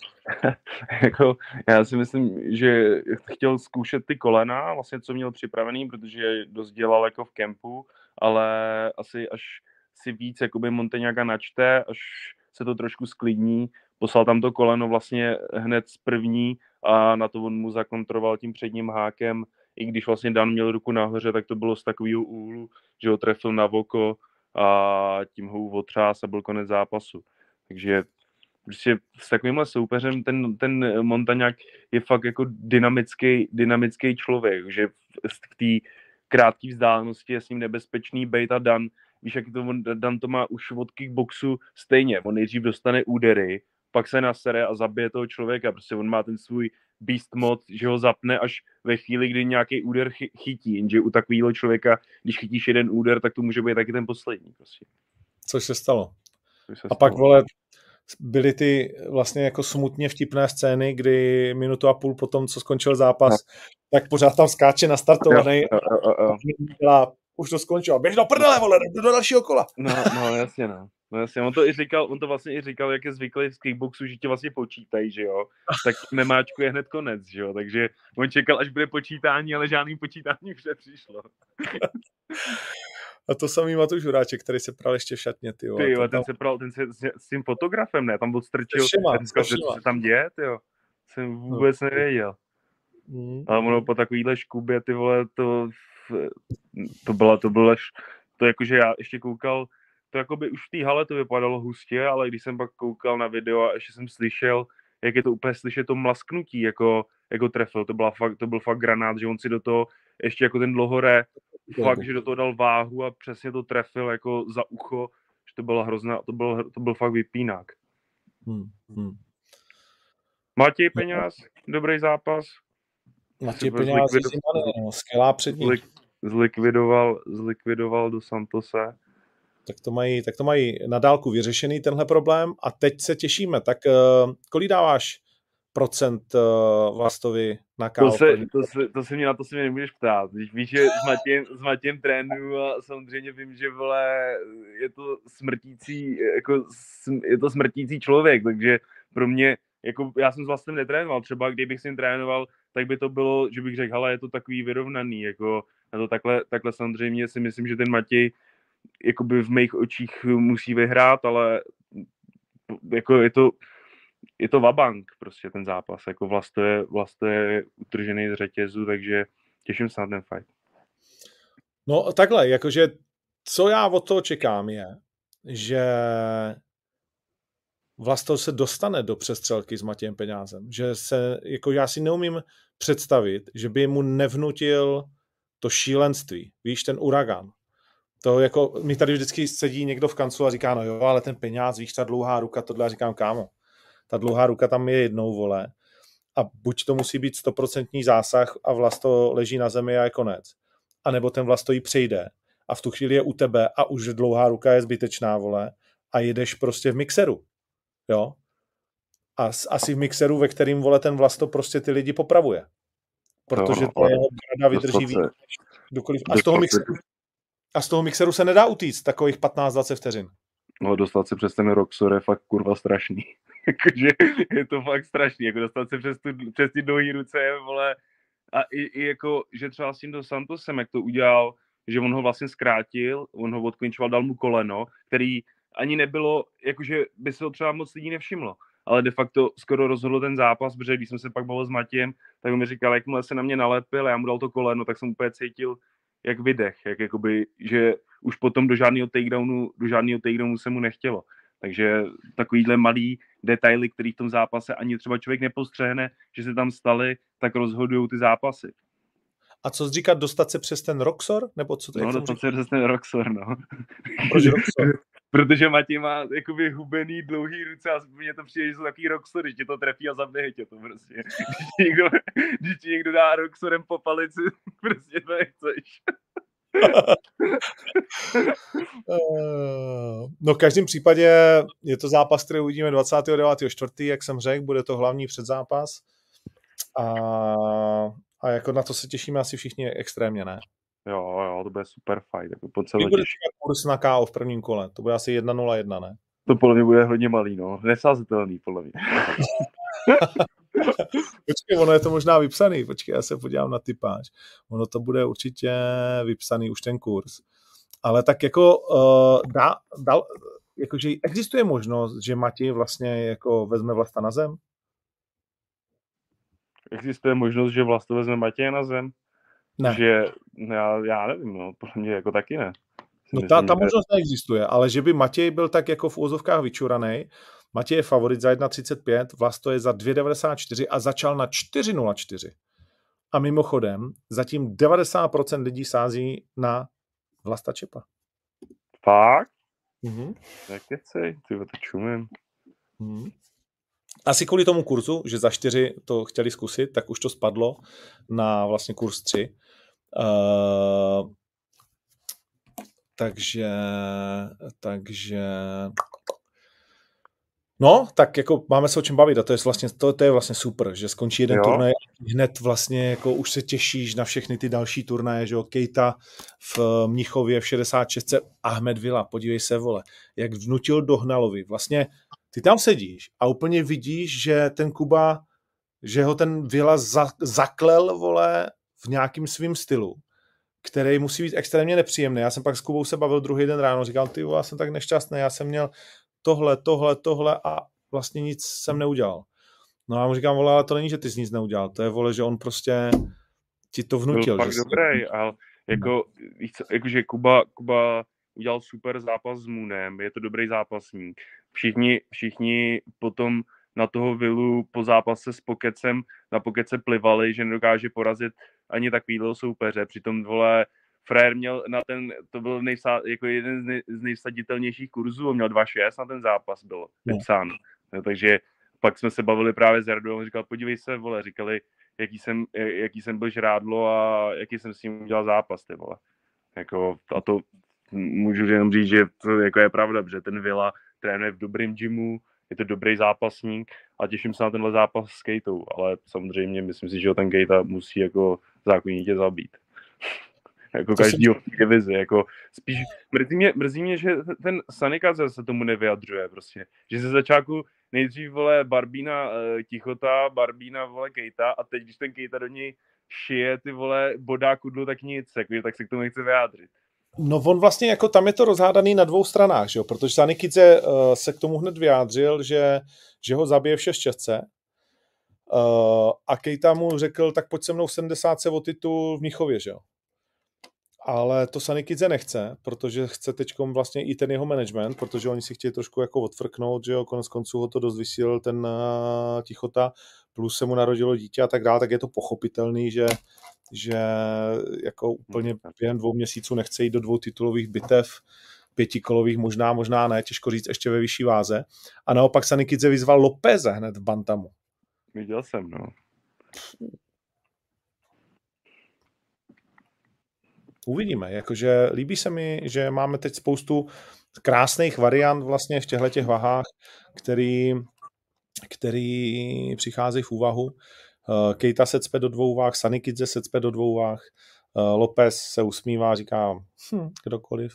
jako, já si myslím, že chtěl zkoušet ty kolena, vlastně co měl připravený, protože dost dělal jako v kempu, ale asi až si víc jakoby Montañaga načte, až se to trošku sklidní, poslal tam to koleno vlastně hned z první a na to on mu zakontroval tím předním hákem, i když vlastně Dan měl ruku nahoře, tak to bylo z takového úhlu, že ho trefil na voko a tím ho otřás a byl konec zápasu. Takže prostě s takovýmhle soupeřem ten, ten Montañák je fakt jako dynamický, dynamický člověk, že v, v té krátké vzdálenosti je s ním nebezpečný bejt a Dan. Víš, jak to Dan to má už od kickboxu stejně. On nejdřív dostane údery, pak se nasere a zabije toho člověka. Prostě on má ten svůj beast mod, že ho zapne až ve chvíli, kdy nějaký úder chy, chytí. Jenže u takového člověka, když chytíš jeden úder, tak to může být taky ten poslední. Prostě. Což se stalo. Což se a stalo. pak, vole, byly ty vlastně jako smutně vtipné scény, kdy minutu a půl po tom, co skončil zápas, no. tak pořád tam skáče nastartovaný a už to skončilo. Běž do prdele, vole, do dalšího kola. No, no jasně, no. No jasně, on to i říkal, on to vlastně i říkal, jak je zvyklý v kickboxu, že tě vlastně počítají, že jo, tak memáčku je hned konec, že jo, takže on čekal, až bude počítání, ale žádný počítání už nepřišlo. A to samý Matuš Huráček, který se pral ještě v šatně, ty jo. Ty jo, ten tam... se pral, ten se s, s tím fotografem, ne, tam byl strčil, ten říkal, že co se tam děje, ty jo, jsem vůbec no. nevěděl. Mm. Ale ono po takovýhle škubě, ty vole, to, to byla, to bylo, to jakože já ještě koukal, to jakoby už v té hale to vypadalo hustě, ale když jsem pak koukal na video a ještě jsem slyšel, jak je to úplně slyšet to mlasknutí, jako, jako trefil, to, byla fakt, to byl fakt granát, že on si do toho, ještě jako ten Lohore, fakt, že do toho dal váhu a přesně to trefil jako za ucho, že to byla hrozná, to byl, to byl fakt vypínák. Hmm, hmm. Matěj Peňáz, dobrý zápas. Matěj Peňáz, skvělá přední. zlikvidoval, zlikvidoval do Santose. Tak to mají, tak to mají na dálku vyřešený tenhle problém a teď se těšíme. Tak uh, kolik dáváš procent uh, Vlastovi na ká ó To v se, první? to, se, to se mě na to se mě nemůžeš ptát. Když víš, že s Matějem, s Matějem trénuju a samozřejmě vím, že vole, je to smrtící, jako, je to smrtící člověk, takže pro mě, jako já jsem s Vlastem netrénoval, třeba kdybych s ním trénoval, tak by to bylo, že bych řekl, hele, je to takový vyrovnaný, jako, a to takhle, takhle samozřejmě si myslím, že ten Matěj jakoby v mých očích musí vyhrát, ale jako je to, je to vabank prostě ten zápas, jako Vlasto je, Vlasto je utržený z řetězu, takže těším se na ten fight. No takhle, jakože co já od toho čekám je, že Vlasto se dostane do přestřelky s Matějem Peňázem, že se, jako já si neumím představit, že by mu nevnutil to šílenství, víš, ten uragán. To jako, mi tady vždycky sedí někdo v kanclu a říká, no jo, ale ten Peňáz, víš, ta dlouhá ruka, tohle, já říkám, kámo, ta dlouhá ruka tam je jednou, vole, a buď to musí být stoprocentní zásah a Vlasto leží na zemi a je konec, anebo ten Vlasto jí přejde a v tu chvíli je u tebe a už dlouhá ruka je zbytečná, vole, a jedeš prostě v mixeru, jo, a asi v mixeru, ve kterým, vole, ten Vlasto prostě ty lidi popravuje, protože ta jeho brada vydrží víc než kdokoliv. A z toho mixeru A z toho mixeru se nedá utíct takových patnáct dvacet vteřin. No, dostat se přes ten Roxor je fakt kurva strašný. Jakože je to fakt strašný, jako dostat se přes, tu, přes ty dlouhý ruce, vole, a i, i jako, že třeba s tím do Santosem, jak to udělal, že on ho vlastně zkrátil, on ho odklinčoval, dal mu koleno, který ani nebylo, jakože by se ho třeba moc lidí nevšimlo, ale de facto skoro rozhodl ten zápas, protože když jsem se pak bavil s Matějem, tak on mi říkal, jakmile se na mě nalepil a já mu dal to koleno, tak jsem úplně cítil, jak vydech, jak jakoby, že už potom do žádného takedownu, do žádného takedownu se mu nechtělo. Takže takovýhle malý detaily, který v tom zápase ani třeba člověk nepostřehne, že se tam staly, tak rozhodují ty zápasy. A co jsi říkat, dostat se přes ten Roxor? Nebo co to je? No, dostat se přes ten Roxor, no. A proč Roxor? Protože Matěj má jakoby hubený, dlouhý ruce a mně to přijde, že jsou takový Roxor, když tě to trefí a zabije tě to prostě. Když ti někdo, když ti někdo dá Roxorem po palici, prostě to nechceš. No v každém případě je to zápas, který uvidíme dvacátého devátého čtvrtého jak jsem řekl, bude to hlavní předzápas a, a jako na to se těšíme asi všichni extrémně, ne? Jo, jo, to bude super fight. Jako po celé bude kurz na ká ó v prvním kole, to bude asi jedna nula jedna, ne? To podle mě bude hodně malý, no. Nesázitelný, podle mě. Počkej, ono je to možná vypsaný, počkej, já se podívám na typáž. Ono to bude určitě vypsaný už ten kurz. Ale tak jako uh, dá, dal, jakože existuje možnost, že Matěj vlastně jako vezme Vlasta na zem? Existuje možnost, že Vlasto vezme Matěje na zem? Ne. Že, já, já nevím, no, podle mě jako taky ne. No ta, ta možnost neexistuje, ale že by Matěj byl tak jako v úvozovkách vyčuranej. Matěj je favorit za jedna třicet pět, Vlasto je za dva devadesát čtyři a začal na čtyři nula čtyři. A mimochodem, zatím devadesát procent lidí sází na Vlasta Čepa. Fakt? Mhm. Tak kecej, ty to čumím. Mhm. Asi kvůli tomu kurzu, že za čtyři to chtěli zkusit, tak už to spadlo na vlastně kurz tři. Uh, takže, takže, no, tak jako máme se o čem bavit a to je vlastně, to, to je vlastně super, že skončí jeden jo. turnaj a hned vlastně jako už se těšíš na všechny ty další turnaje, že jo, Kejta v Mnichově v šedesát šest, Ahmed Villa, podívej se, vole, jak vnutil Dohnalovi, vlastně ty tam sedíš a úplně vidíš, že ten Kuba, že ho ten Villa za, zaklel, vole, v nějakým svým stylu, který musí být extrémně nepříjemný. Já jsem pak s Kubou se bavil druhý den ráno, říkal, ty vole, já jsem tak nešťastný, já jsem měl tohle, tohle, tohle a vlastně nic jsem neudělal. No a já mu říkám, vole, ale to není, že ty jsi nic neudělal, to je, vole, že on prostě ti to vnutil. Byl fakt dobrý, ale jako, jakože Kuba, Kuba udělal super zápas s Moonem, je to dobrý zápasník. Všichni, všichni potom na toho Villu po zápase s Pokecem, na Pokece plivali, že nedokáže porazit ani takovýhle soupeře. Přitom, vole, Frér měl na ten, to byl nejvsá, jako jeden z, nej, z nejvsaditelnějších kurzů, on měl dva šest na ten zápas, bylo vypsán. No. Takže pak jsme se bavili právě s Jardou, on říkal, podívej se, vole, říkali, jaký jsem, jaký jsem byl žrádlo a jaký jsem s ním udělal zápas, ty vole. Jako, a to můžu jenom říct, že to jako je pravda, že ten Villa trénuje v dobrém gymu, je to dobrý zápasník a těším se na tenhle zápas s Kejtou, ale samozřejmě myslím si, že ten Kejta musí jako zákonitě zabít. Jako každýho v té divizi, jako spíš mrzí mě, mrzí mě, že ten Sanikaze se tomu nevyjadřuje prostě, že ze začátku nejdřív, vole, Barbína e, Tichota, Barbína, vole, Kejta a teď, když ten Kejta do něj šije, ty vole, bodá kudlu, tak nic, jako, tak se k tomu nechce vyjádřit. No on vlastně, jako tam je to rozhádaný na dvou stranách, že jo, protože Sanikidze uh, se k tomu hned vyjádřil, že, že ho zabije v šestce uh, a Kejta mu řekl, tak pojď se mnou v sedmdesátce o titul v Mnichově, že jo. Ale to Sanikidze nechce, protože chce teďkom vlastně i ten jeho management, protože oni si chtějí trošku jako odfrknout, že jo, konec konců ho to dost vysílil ten uh, Tichota, plus se mu narodilo dítě a tak dále, tak je to pochopitelný, že, že jako úplně během dvou měsíců nechce jít do dvou titulových bitev, pětikolových možná, možná ne, těžko říct, ještě ve vyšší váze. A naopak Sanikidze vyzval Lopeze hned v bantamu. Viděl jsem, no. Uvidíme, jakože líbí se mi, že máme teď spoustu krásných variant vlastně v těchto těch vahách, který, který přicházejí v úvahu. Kejta se cpe do dvou váh, Sanikidze se cpe do dvou váh, Lopez se usmívá, říká hm, kdokoliv.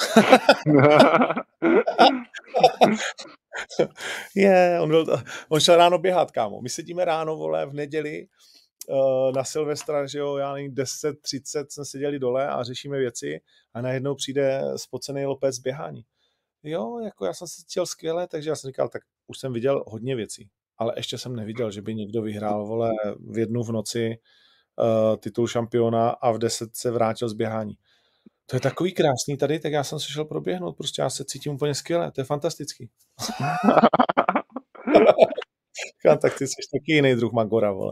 Je, yeah, on, on šel ráno běhat, kámo. My sedíme ráno, vole, v neděli na Silvestra, že jo, já nevím, deset třicet jsme seděli dole a řešíme věci a najednou přijde spocený Lopez z běhání. Jo, jako já jsem se cítil skvěle, takže já jsem říkal, tak už jsem viděl hodně věcí, ale ještě jsem neviděl, že by někdo vyhrál, vole, v jednu v noci uh, titul šampiona a v deset se vrátil z běhání. To je takový krásný tady, tak já jsem se šel proběhnout, prostě já se cítím úplně skvěle, to je fantastický. Tak ty jsi taky jiný druh Magora, vole.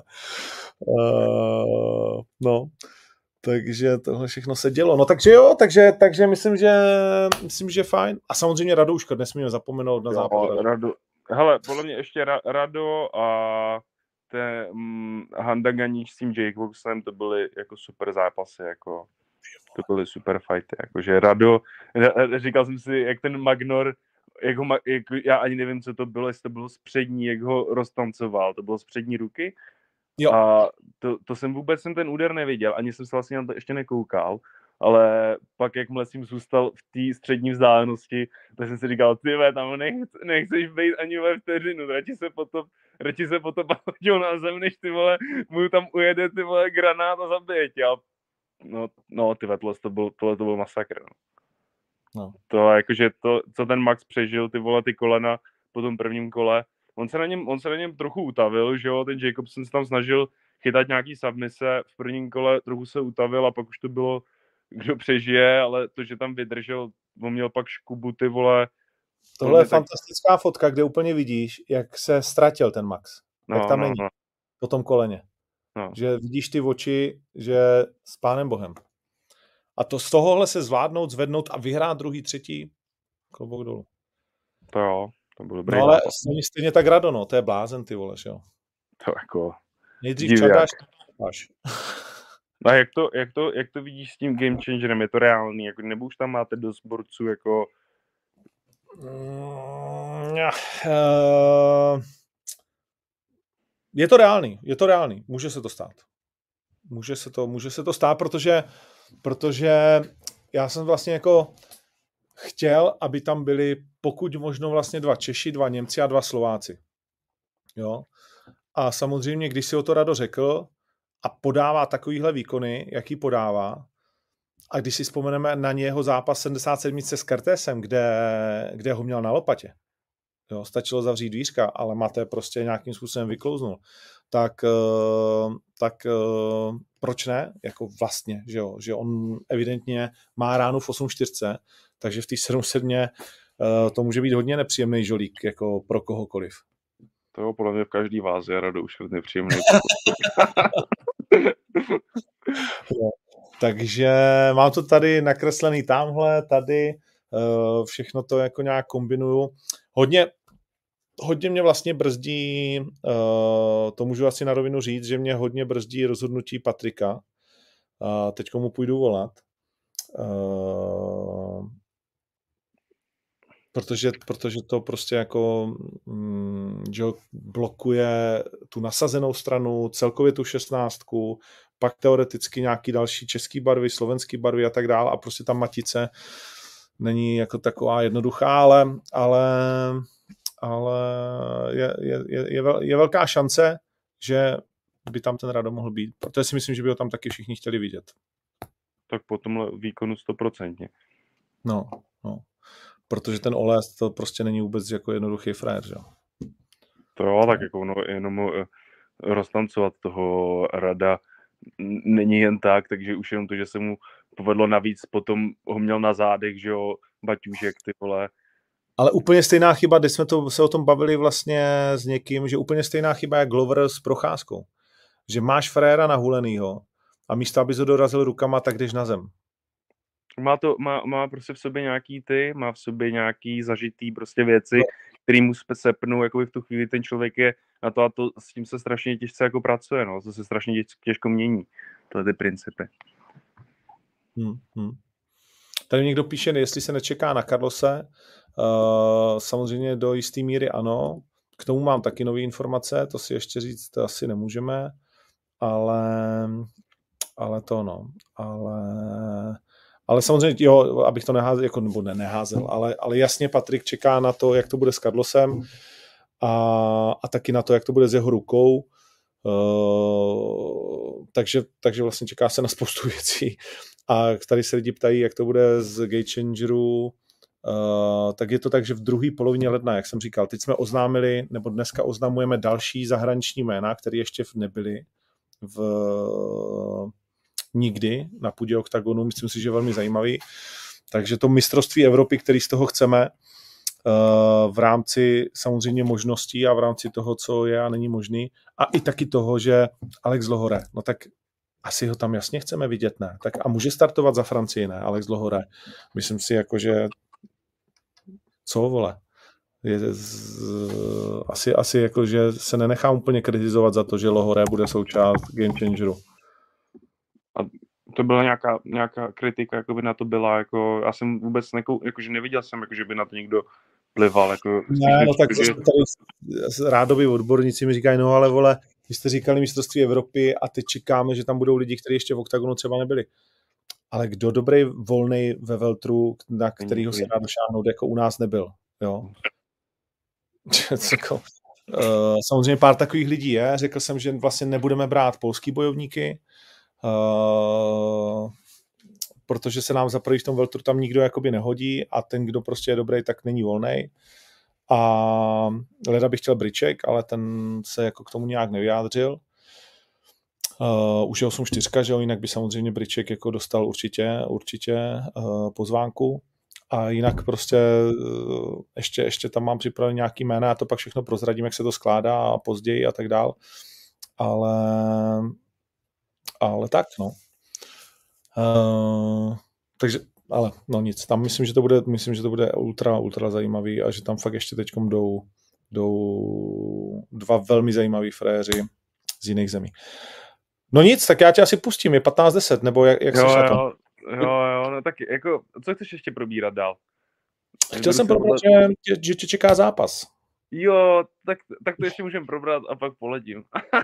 Uh, no, takže tohle všechno se dělo. No takže jo, takže, takže myslím, že myslím, že fajn. A samozřejmě Radouška nesmíme zapomenout na zápas. Rado, hele, podle mě ještě Ra, Rado a ten mm, Handa Ganíč s tím Jacobsem, to byly jako super zápasy, jako to byly super fighty, jakože Rado, říkal jsem si, jak ten Magnor, jak ho, jak, já ani nevím, co to bylo, jestli to bylo z přední, jak ho roztancoval, to bylo z přední ruky. Jo. A to, to jsem vůbec jsem ten úder neviděl, ani jsem se vlastně na to ještě nekoukal, ale pak jakmile jsem zůstal v té střední vzdálenosti, tak jsem si říkal, ty ve, tam nech, nechceš být ani ve vteřinu, radši se potom, radši se potom hodil na zem, než ty vole, mu tam ujede ty vole granát a zabije tě. A no, no ty ve, tohle to byl, tohle to byl masakr, no. No. To jakože to, co ten Max přežil, ty vole, ty kolena po tom prvním kole, on se na něm, on se na něm trochu utavil, že jo, ten Jacobson se tam snažil chytat nějaký submise, v prvním kole trochu se utavil a pak už to bylo, kdo přežije, ale to, že tam vydržel, on měl pak škubu, ty vole. Tohle je fantastická tak... fotka, kde úplně vidíš, jak se ztratil ten Max, no, jak tam no, není no. po tom koleně. No. Že vidíš ty oči, že s pánem Bohem. A to z tohohle se zvládnout, zvednout a vyhrát druhý, třetí, klobouk dolů. To jo, to bylo dobrý. No ale stejně, stejně tak Rado, no, to je blázen, ty vole, jo. To jako... Nejdřív čadáš, až. A jak to, jak, to, jak to vidíš s tím game changerem, je to reálný, jako, nebo už tam máte dost borců, jako... Mm, uh, je to reálný, je to reálný, může se to stát. Může se to, může se to stát, protože protože já jsem vlastně jako chtěl, aby tam byli pokud možno vlastně dva Češi, dva Němci a dva Slováci. Jo? A samozřejmě, když si o to Rado řekl a podává takovýhle výkony, jaký podává, a když si vzpomeneme na něho zápas sedmdesát sedm s Kertésem, kde, kde ho měl na lopatě, jo? Stačilo zavřít dvířka, ale Mate prostě nějakým způsobem vyklouznul, tak, tak proč ne? Jako vlastně, že jo, že on evidentně má ránu v osm čtyři, takže v té sedm sedm to může být hodně nepříjemný žolík, jako pro kohokoliv. To jo, podle mě v každý váze je Rado už nepříjemný. Takže mám to tady nakreslený tamhle, tady, všechno to jako nějak kombinuju. Hodně, hodně mě vlastně brzdí, uh, to můžu asi na rovinu říct, že mě hodně brzdí rozhodnutí Patrika. Uh, teď mu půjdu volat. Uh, protože, protože to prostě jako mm, že blokuje tu nasazenou stranu, celkově tu šestnáctku, pak teoreticky nějaký další český barvy, slovenský barvy a tak dále a prostě ta matice není jako taková jednoduchá, ale, ale, ale je, je, je, je velká šance, že by tam ten Rado mohl být. Protože si myslím, že by ho tam taky všichni chtěli vidět. Tak po tomhle výkonu stoprocentně. No, no. Protože ten Oles to prostě není vůbec jako jednoduchý frér, že? To jo, tak jako no, jenom roztancovat toho Rada není jen tak, takže už jenom to, že se mu povedlo navíc, potom ho měl na zádech, že jo, Baťůžek, ty vole. Ale úplně stejná chyba, když jsme to, se o tom bavili vlastně s někým, že úplně stejná chyba je Glover s Procházkou. Že máš fréra nahulenýho a místo, aby ho dorazil rukama, tak jdeš na zem. Má to, má, má prostě v sobě nějaký ty, má v sobě nějaký zažitý prostě věci, no, který mu sepnou, jako v tu chvíli ten člověk je na to a to s tím se strašně těžce jako pracuje, no, to se strašně těžko mění, tohle ty principy. Hmm, hmm. Tady někdo píše, jestli se nečeká na Carlose, uh, samozřejmě do jisté míry ano, k tomu mám taky nové informace, to si ještě říct to asi nemůžeme, ale, ale to no, ale... Ale samozřejmě, jo, abych to neházel, jako, nebo ne, neházel, ale, ale jasně Patrik čeká na to, jak to bude s Carlosem a, a taky na to, jak to bude s jeho rukou. Uh, takže, takže vlastně čeká se na spoustu věcí. A tady se lidi ptají, jak to bude z Game Changeru. Uh, tak je to tak, že v druhé polovině ledna, jak jsem říkal, teď jsme oznámili, nebo dneska oznamujeme další zahraniční jména, které ještě nebyly v nikdy na půdě OKTAGONu, myslím si, že je velmi zajímavý. Takže to mistrovství Evropy, který z toho chceme, v rámci samozřejmě možností a v rámci toho, co je a není možný. A i taky toho, že Alex Lohore, no tak asi ho tam jasně chceme vidět, ne? Tak a může startovat za Francii, ne? Alex Lohore. Myslím si, jako, že co, vole? Je z... asi, asi jako, že se nenechám úplně kritizovat za to, že Lohore bude součást Game Changeru. A to byla nějaká, nějaká kritika, jako by na to byla, jako já jsem vůbec nekou, jakože neviděl jsem, jako, že by na to někdo plival. Jako, ne, no tak že... tady rádoví odborníci mi říkají, no ale vole, vy jste říkali mistrovství Evropy a teď čekáme, že tam budou lidi, kteří ještě v OKTAGONu třeba nebyli. Ale kdo dobrý volnej ve veltru, na kterýho se dá došáhnout, jako u nás nebyl, jo? uh, samozřejmě pár takových lidí je. Řekl jsem, že vlastně nebudeme brát polský bojovníky, uh, protože se nám za prvý v tom veltru tam nikdo jakoby nehodí a ten, kdo prostě je dobrý, tak není volnej. A leda bych chtěl Briček, ale ten se jako k tomu nějak nevyjádřil. Uh, už je osm čtyři, že jo, jinak by samozřejmě Briček jako dostal určitě, určitě uh, pozvánku. A jinak prostě uh, ještě, ještě tam mám připravený nějaký jména, já to pak všechno prozradím, jak se to skládá a později a tak dál. Ale, ale tak, no. Uh, takže, ale no nic, tam myslím, že to bude, myslím, že to bude ultra, ultra zajímavý a že tam fakt ještě teďkom jdou, jdou dva velmi zajímaví fréři z jiných zemí. No nic, tak já tě asi pustím, je patnáct deset, nebo jak, jak jo, seš na tom? Jo, jo, jo, no tak jako, co chceš ještě probírat dál? Chtěl jsem probrat, že, že tě čeká zápas. Jo, tak, tak to ještě můžeme probrat a pak poledím.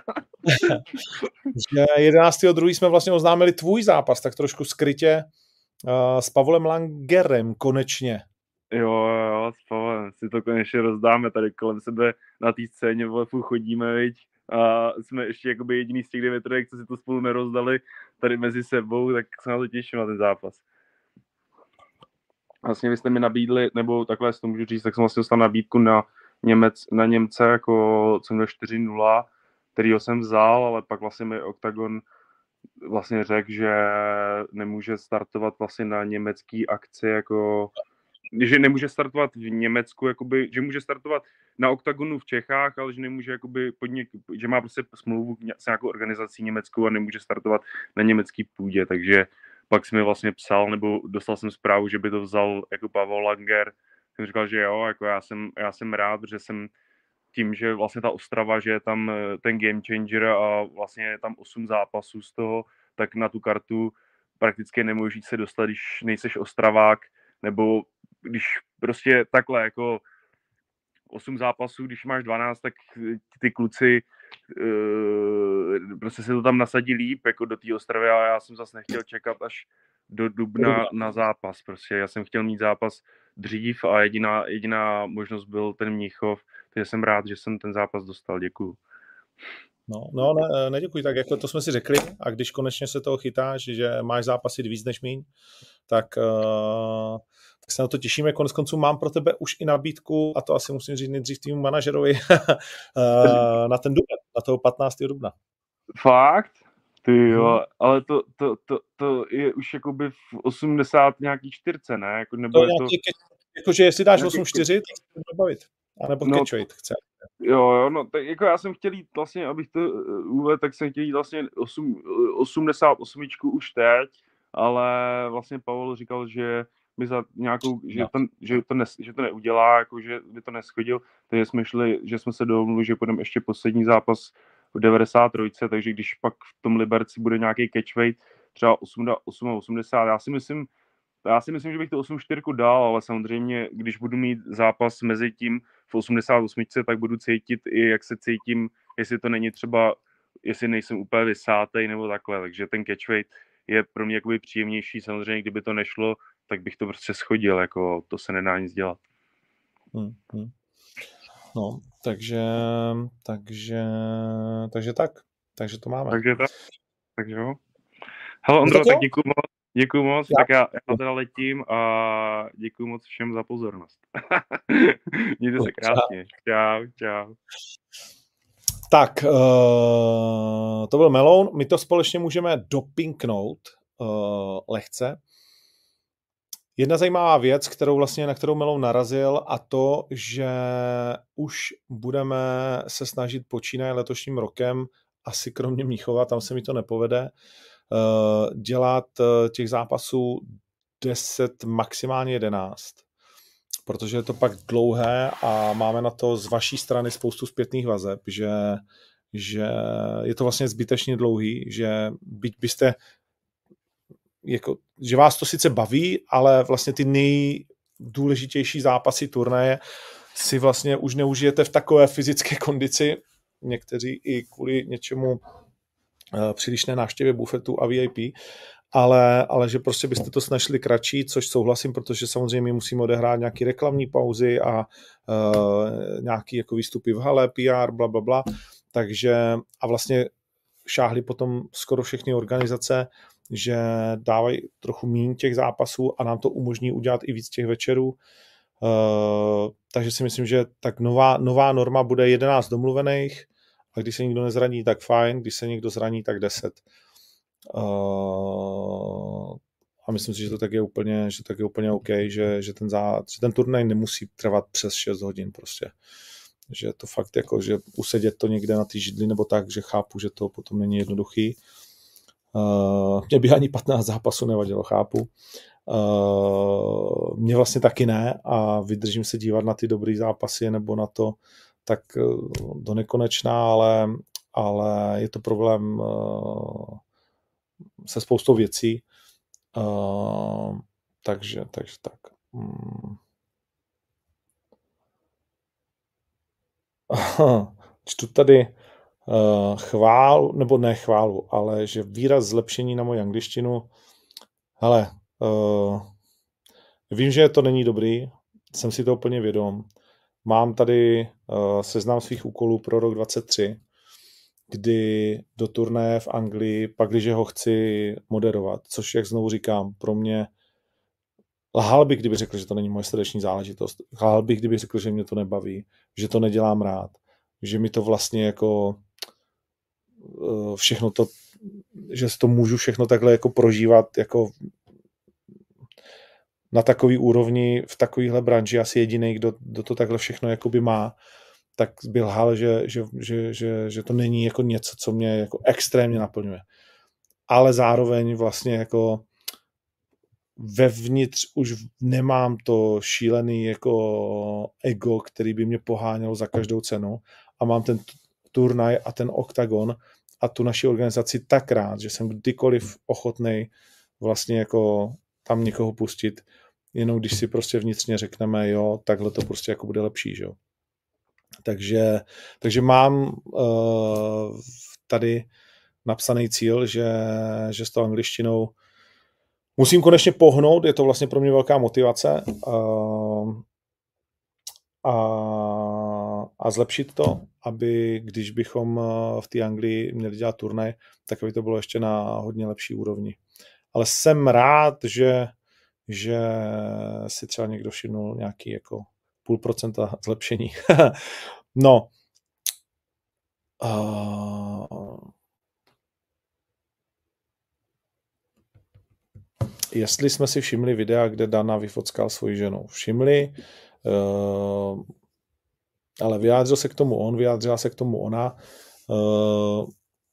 jedenáctého druhého jsme vlastně oznámili tvůj zápas, tak trošku skrytě uh, s Pavlem Langerem konečně. Jo, jo, s Pavlem si to konečně rozdáme tady kolem sebe na té scéně, vole, furt chodíme, viď? A jsme ještě jakoby jediný z těch devětrek, co si to spolu nerozdali tady mezi sebou, tak se na to těším na ten zápas. Vlastně vy jste mi nabídli, nebo takhle si to můžu říct, tak jsem vlastně dostal nabídku na, Němec, na Němce, jako jsem měl čtyři nula, kterýho jsem vzal, ale pak vlastně mi OKTAGON vlastně řekl, že nemůže startovat vlastně na německý akci, jako že nemůže startovat v Německu, jakoby, že může startovat na OKTAGONu v Čechách, ale že nemůže, jakoby, podnik, že má prostě smlouvu s nějakou organizací německou a nemůže startovat na německý půdě, takže pak jsem mi vlastně psal, nebo dostal jsem zprávu, že by to vzal jako Pavel Langer. Jsem říkal, že jo, jako já jsem, já jsem rád, že jsem tím, že vlastně ta Ostrava, že je tam ten game changer a vlastně je tam osm zápasů z toho, tak na tu kartu prakticky nemůžeš se dostat, když nejseš Ostravák, nebo když prostě takhle jako osm zápasů, když máš dvanáct, tak ty kluci uh, prostě se to tam nasadí líp jako do té Ostravy, a já jsem zase nechtěl čekat až do dubna na zápas. Prostě já jsem chtěl mít zápas dřív a jediná, jediná možnost byl ten Mnichov, takže jsem rád, že jsem ten zápas dostal. Děkuju. No, no ne, neděkuji, tak jako to jsme si řekli, a když konečně se toho chytáš, že máš zápasy víc než míň, tak, uh, tak se na to těšíme. Konec konců mám pro tebe už i nabídku, a to asi musím říct nejdřív týmu manažerovi, uh, na ten duben, na toho patnáctého dubna. Fakt? Ty jo, hmm. ale to, to, to, to je už jakoby v osmdesát nějaký čtyřce, ne? Jako, nebo to je je nějaký, to... jakože jestli dáš nějaký... osm čtyři, tak se to bavit. A nebo no, catch weight chce. Jo, jo, no, tak jako já jsem chtěl jít vlastně, abych to uvedl, tak jsem chtěl jít vlastně osm, osmdesát osm už teď, ale vlastně Pavel říkal, že by za nějakou, že, no. to, že, to, ne, že to neudělá, jako, že by to neschodil, takže jsme šli, že jsme se domluvili, že půjdeme ještě poslední zápas v devadesát tři, takže když pak v tom Liberci bude nějaký catchweight, třeba osm osmdesát, já si myslím, já si myslím, že bych to osm čtyři dal, ale samozřejmě, když budu mít zápas mezi tím v osmdesát osm, tak budu cítit i, jak se cítím, jestli to není třeba, jestli nejsem úplně vysátej nebo takhle, takže ten catchweight je pro mě jakoby příjemnější, samozřejmě, kdyby to nešlo, tak bych to prostě schodil, jako to se nedá nic dělat. Hmm, hmm. No, takže, takže, takže tak, takže to máme. Takže tak, takže jo. Hele, Ondro, tak děkuju moc, děkuju moc, já. tak já, já teda letím a děkuju moc všem za pozornost. Mějte se krásně. Čau, čau. Tak, uh, to byl Meloun, my to společně můžeme dopinknout uh, lehce. Jedna zajímavá věc, kterou vlastně, na kterou Meloun narazil, a to, že už budeme se snažit počínaje letošním rokem, asi kromě Mnichova, tam se mi to nepovede, dělat těch zápasů deset, maximálně jedenáct, protože je to pak dlouhé a máme na to z vaší strany spoustu zpětných vazeb, že, že je to vlastně zbytečně dlouhý, že byť byste jako, že vás to sice baví, ale vlastně ty nejdůležitější zápasy turnaje si vlastně už neužijete v takové fyzické kondici, někteří i kvůli něčemu přílišné návštěvě bufetu a V I P, ale, ale že prostě byste to snažili kratší, což souhlasím, protože samozřejmě musíme odehrát nějaké reklamní pauzy a uh, nějaké jako výstupy v hale, P R, bla, bla, bla. Takže a vlastně šáhli potom skoro všechny organizace, že dávají trochu míň těch zápasů a nám to umožní udělat i víc těch večerů. Uh, takže si myslím, že tak nová, nová norma bude jedenáct domluvených, a když se nikdo nezraní, tak fajn, když se někdo zraní, tak deset. Uh, a myslím si, že to tak je úplně, že tak je úplně OK, že, že, ten zá, že ten turnaj nemusí trvat přes šest hodin prostě. Že to fakt jako, že usedět to někde na té židli nebo tak, že chápu, že to potom není jednoduchý. Uh, mě by ani patnáct zápasů nevadilo, chápu. Uh, mě vlastně taky ne a vydržím se dívat na ty dobrý zápasy nebo na to tak do nekonečná, ale, ale je to problém uh, se spoustou věcí. Uh, takže, takže tak. Hmm. Čtu tady uh, chválu, nebo ne chválu, ale že výraz zlepšení na moji angličtinu. Hele, uh, vím, že to není dobrý, jsem si to úplně vědom. Mám tady uh, seznam svých úkolů pro rok dvacet tři, kdy do turnaje v Anglii, pak když ho chci moderovat, což, jak znovu říkám, pro mě lhal bych, kdyby řekl, že to není moje srdeční záležitost. Lhal bych, kdyby řekl, že mě to nebaví, že to nedělám rád, že mi to vlastně jako uh, všechno to, že si to můžu všechno takhle jako prožívat jako na takový úrovni, v takovýhle branži asi jediný, kdo, kdo to takhle všechno jakoby má, tak byl lhal, že, že, že, že, že to není jako něco, co mě jako extrémně naplňuje. Ale zároveň vlastně jako vevnitř už nemám to šílený jako ego, který by mě pohánělo za každou cenu a mám ten turnaj a ten oktagon a tu naši organizaci tak rád, že jsem kdykoliv ochotnej vlastně jako tam někoho pustit, jenom když si prostě vnitřně řekneme, jo, takhle to prostě jako bude lepší, že jo. Takže, takže mám uh, tady napsaný cíl, že, že s tou angličtinou musím konečně pohnout, je to vlastně pro mě velká motivace uh, a, a zlepšit to, aby když bychom v té Anglii měli dělat turnaj, tak aby to bylo ještě na hodně lepší úrovni. Ale jsem rád, že, že si třeba někdo všimnul nějaký jako půl procenta zlepšení. No. Uh, jestli jsme si všimli videa, kde Dana vyfockal svoji ženu. Všimli, uh, ale vyjádřil se k tomu on, vyjádřila se k tomu ona. Uh,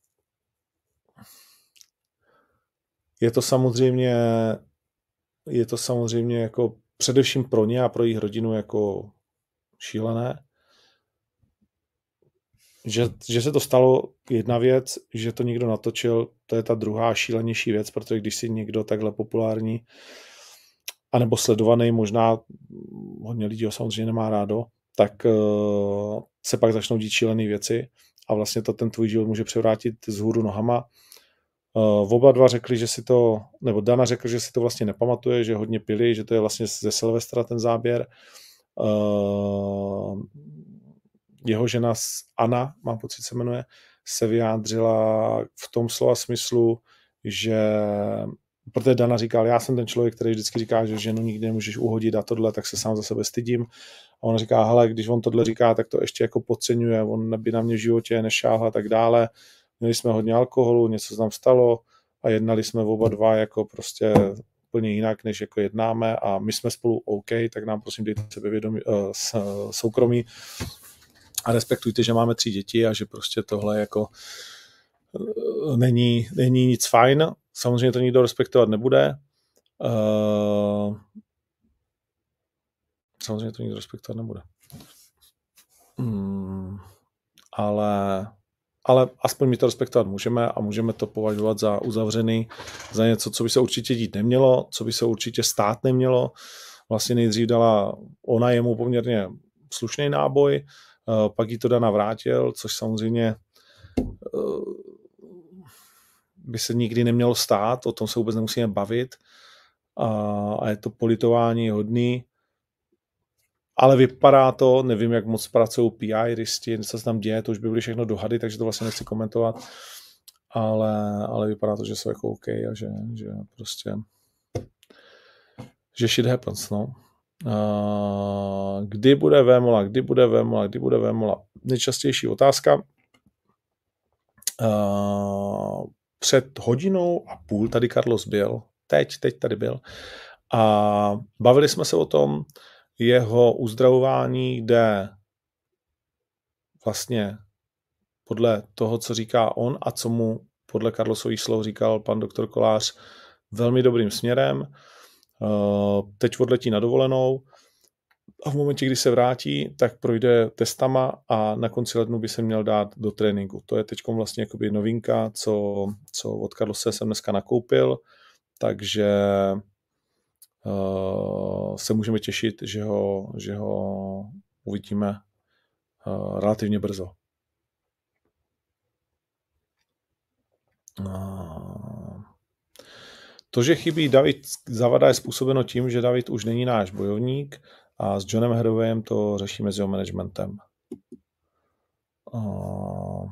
je to samozřejmě je to samozřejmě jako především pro ně a pro jejich rodinu jako šílené. Že, že se to stalo jedna věc, že to někdo natočil, to je ta druhá šílenější věc, protože když si někdo takhle populární anebo sledovaný, možná hodně lidí ho samozřejmě nemá rádo, tak uh, se pak začnou dít šílené věci a vlastně to ten tvůj život může převrátit z hůru nohama. Uh, oba dva řekli, že si to, nebo Dana řekl, že si to vlastně nepamatuje, že hodně pili, že to je vlastně ze Silvestra ten záběr. Uh, jeho žena Anna, mám pocit se jmenuje, se vyjádřila v tom slova smyslu, že protože Dana říkal, já jsem ten člověk, který vždycky říká, že ženu nikdy nemůžeš uhodit a tohle, tak se sám za sebe stydím. A ona říká, hele, když on tohle říká, tak to ještě jako podceňuje, on by na mě v životě nešáhl a tak dále. Měli jsme hodně alkoholu, něco se nám stalo a jednali jsme oba dva jako prostě úplně jinak, než jako jednáme a my jsme spolu OK, tak nám prosím dejte sebevědomí, uh, soukromí a respektujte, že máme tři děti a že prostě tohle jako uh, není, není nic fajn. Samozřejmě to nikdo respektovat nebude. Uh, samozřejmě to nikdo respektovat nebude. Hmm, ale, ale aspoň my to respektovat můžeme a můžeme to považovat za uzavřený, za něco, co by se určitě dít nemělo, co by se určitě stát nemělo. Vlastně nejdřív dala ona jemu poměrně slušný náboj, uh, pak jí to Dana vrátil, což samozřejmě uh, by se nikdy nemělo stát, o tom se vůbec nemusíme bavit a, a je to politování hodný, ale vypadá to, nevím, jak moc pracují P I risti, co se tam děje, to už by byly všechno dohady, takže to vlastně nechci komentovat, ale, ale vypadá to, že jsou jako OK a že, že prostě že shit happens, no. Uh, kdy bude Vémola, kdy bude Vémola, kdy bude Vémola? Nejčastější otázka. Uh, Před hodinou a půl tady Carlos byl, teď, teď tady byl a bavili jsme se o tom jeho uzdravování, kde vlastně podle toho, co říká on a co mu podle Carlosových slov říkal pan doktor Kolář, velmi dobrým směrem. Teď odletí na dovolenou a v momentě, kdy se vrátí, tak projde testama a na konci lednu by se měl dát do tréninku. To je teď vlastně jakoby novinka, co, co od Carlose jsem dneska nakoupil, takže uh, se můžeme těšit, že ho, že ho uvidíme uh, relativně brzo. Uh, to, že chybí David Zavada, je způsobeno tím, že David už není náš bojovník, a s Johnem Hathawayem to řešíme s jeho managementem. Uh,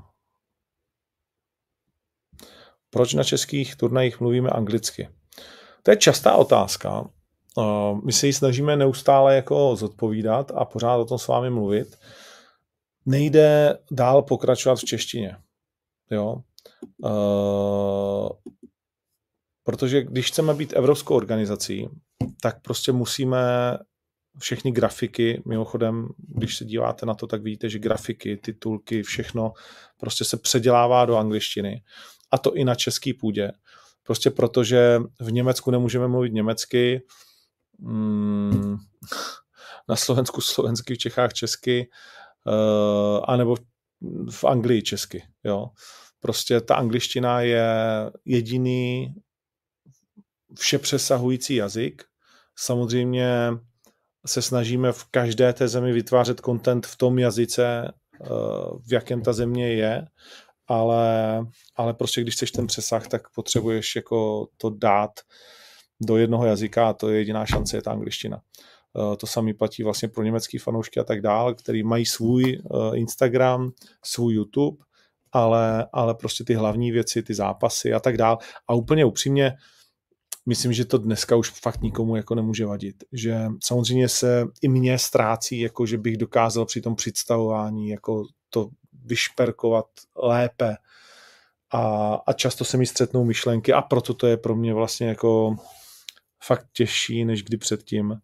proč na českých turnajích mluvíme anglicky? To je častá otázka. Uh, my se ji snažíme neustále jako zodpovídat a pořád o tom s vámi mluvit. Nejde dál pokračovat v češtině. Jo? Uh, protože když chceme být evropskou organizací, tak prostě musíme všechny grafiky, mimochodem, když se díváte na to, tak vidíte, že grafiky, titulky, všechno prostě se předělává do angličtiny. A to i na český půdě. prostě protože v Německu nemůžeme mluvit německy, mm, na Slovensku slovensky, v Čechách česky, uh, anebo v Anglii česky. Jo. Prostě ta angličtina je jediný všepřesahující jazyk. Samozřejmě se snažíme v každé té zemi vytvářet content v tom jazyce, v jakém ta země je, ale, ale prostě když chceš ten přesah, tak potřebuješ jako to dát do jednoho jazyka a to je jediná šance, je ta angličtina. To samé platí vlastně pro německý fanoušky a tak dále, který mají svůj Instagram, svůj YouTube, ale, ale prostě ty hlavní věci, ty zápasy a tak dále. A úplně upřímně, myslím, že to dneska už fakt nikomu jako nemůže vadit. Že samozřejmě se i mě ztrácí, jako že bych dokázal při tom představování jako to vyšperkovat lépe. A, a často se mi střetnou myšlenky a proto to je pro mě vlastně jako fakt těžší, než kdy předtím.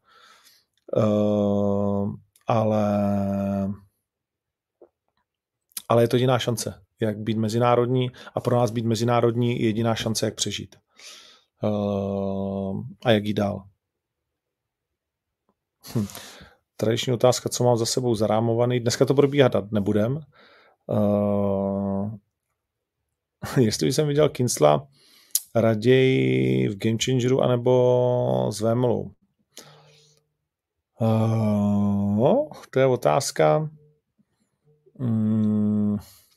Uh, ale ale je to jediná šance, jak být mezinárodní a pro nás být mezinárodní je jediná šance, jak přežít. Uh, a jak jít dál. Hm. Tradiční otázka, co mám za sebou zarámovaný. Dneska to probíhat nebudem. Uh, jestli jsem viděl Kincla raději v Game Changeru anebo s Vémolou. Uh, no, to je otázka. Hmm.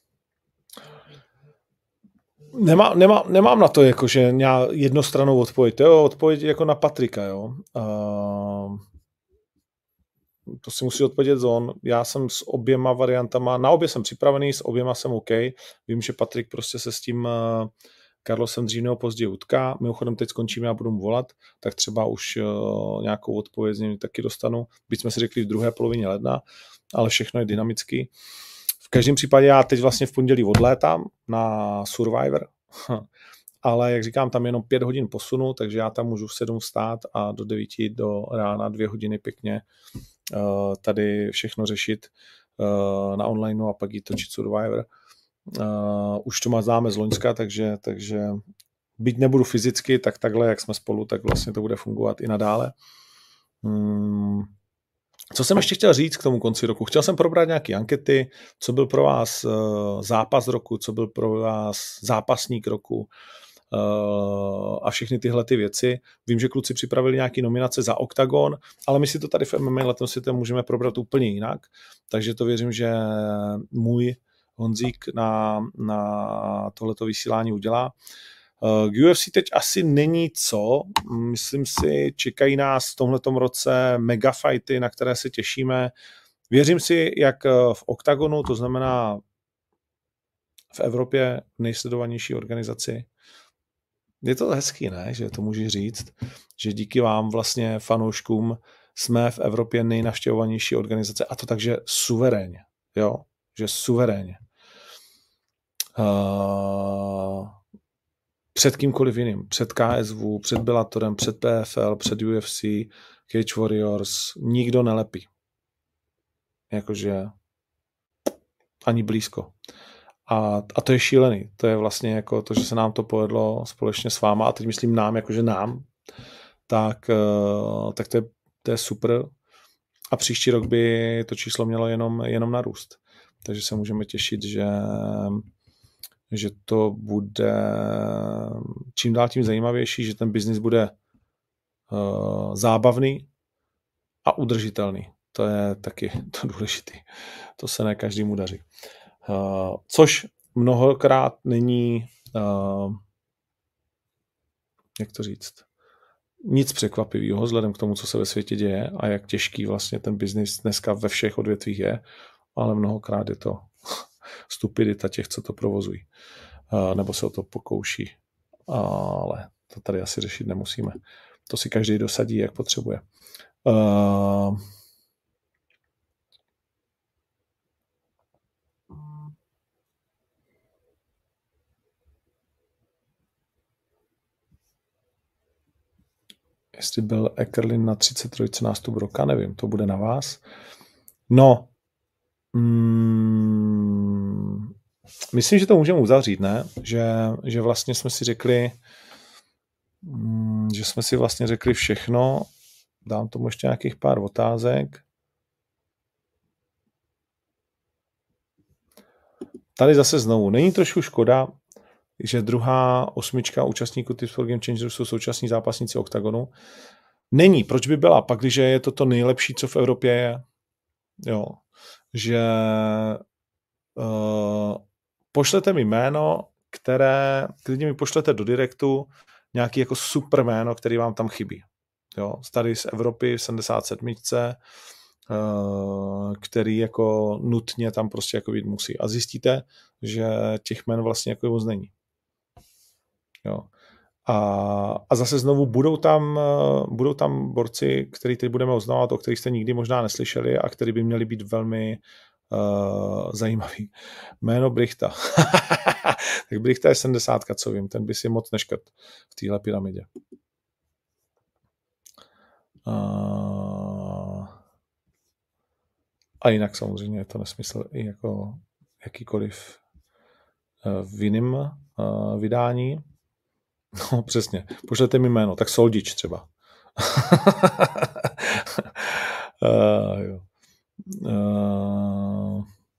Nemá, nemá, nemám na to jakože jednostrannou odpověď. To je odpověď jako na Patrika. Jo? Uh, to si musí odpovědět on. Já jsem s oběma variantama, na obě jsem připravený, s oběma jsem OK. Vím, že Patrik prostě se s tím uh, Carlosem dřív nebo později utká. Mimochodem teď skončíme a budu mu volat, tak třeba už uh, nějakou odpověď z něj taky dostanu. Byť jsme si řekli v druhé polovině ledna, ale všechno je dynamický. V každém případě já teď vlastně v pondělí odlétám na Survivor, ale jak říkám, tam jenom pět hodin posunu, takže já tam můžu v sedm vstát a do devíti do rána dvě hodiny pěkně uh, tady všechno řešit uh, na onlineu a pak jít točit Survivor. Uh, už to má známe z loňska, takže, takže byť nebudu fyzicky, tak takhle, jak jsme spolu, tak vlastně to bude fungovat i nadále. Hmm. Co jsem ještě chtěl říct k tomu konci roku? Chtěl jsem probrat nějaké ankety, co byl pro vás uh, zápas roku, co byl pro vás zápasník roku uh, a všechny tyhle ty věci. Vím, že kluci připravili nějaké nominace za Octagon, ale my si to tady v M M A letos si to můžeme probrat úplně jinak, takže to věřím, že můj Honzík na, na tohleto vysílání udělá. K U F C teď asi není co, myslím si, čekají nás v tomhletom roce mega fighty, na které se těšíme. Věřím si, jak v Octagonu, to znamená v Evropě nejsledovanější organizaci. Je to hezký, ne, že to můžu říct, že díky vám vlastně fanouškům jsme v Evropě nejnavštěvovanější organizace a to takže suverénně, jo, že suverénně. Uh... Před kýmkoliv jiným, před K S V, před Bellatorem, před P F L, před U F C, Cage Warriors, nikdo nelepí. Jakože ani blízko. A, a to je šílený. To je vlastně jako to, že se nám to povedlo společně s váma, a teď myslím nám, jakože nám, tak, tak to, je, to je super. A příští rok by to číslo mělo jenom, jenom narůst. Takže se můžeme těšit, že že to bude čím dál tím zajímavější, že ten biznis bude uh, zábavný a udržitelný. To je taky to důležité. To se ne každému daří. Uh, což mnohokrát není, uh, jak to říct, nic překvapivého vzhledem k tomu, co se ve světě děje a jak těžký vlastně ten biznis dneska ve všech odvětvích je, ale mnohokrát je to stupidita těch, co to provozují. Uh, nebo se o to pokouší. Ale to tady asi řešit nemusíme. To si každý dosadí, jak potřebuje. Uh, jestli byl Ekerlin na třicet tři nástup roka, nevím, to bude na vás. No, mm, myslím, že to můžeme uzavřít, ne? Že, že vlastně jsme si řekli, že jsme si vlastně řekli všechno. Dám tomu ještě nějakých pár otázek. Tady zase znovu, není trošku škoda, že druhá osmička účastníků Tips for Game Changers jsou současní zápasníci Octagonu. Není, proč by byla? Pak, když je to to nejlepší, co v Evropě je, jo, že uh, pošlete mi jméno, které, klidně mi pošlete do direktu nějaký jako super jméno, který vám tam chybí. Jo, tady z Evropy v sedmdesát sedm, uh, který jako nutně tam prostě jako být musí. A zjistíte, že těch jmén vlastně jako moc není. Jo. A, a zase znovu budou tam, budou tam borci, který teď budeme oznávat, o kterých jste nikdy možná neslyšeli a který by měli být velmi uh, zajímavý. Jméno Brichta. Tak Brichta je sedmdesátka, co vím, ten by si moc neškrt v téhle pyramidě. Uh, a jinak samozřejmě je to nesmysl i jako jakýkoliv uh, v jiném uh, vydání. No, přesně. Pošlete mi jméno. Tak Soldič třeba. uh, jo. Uh,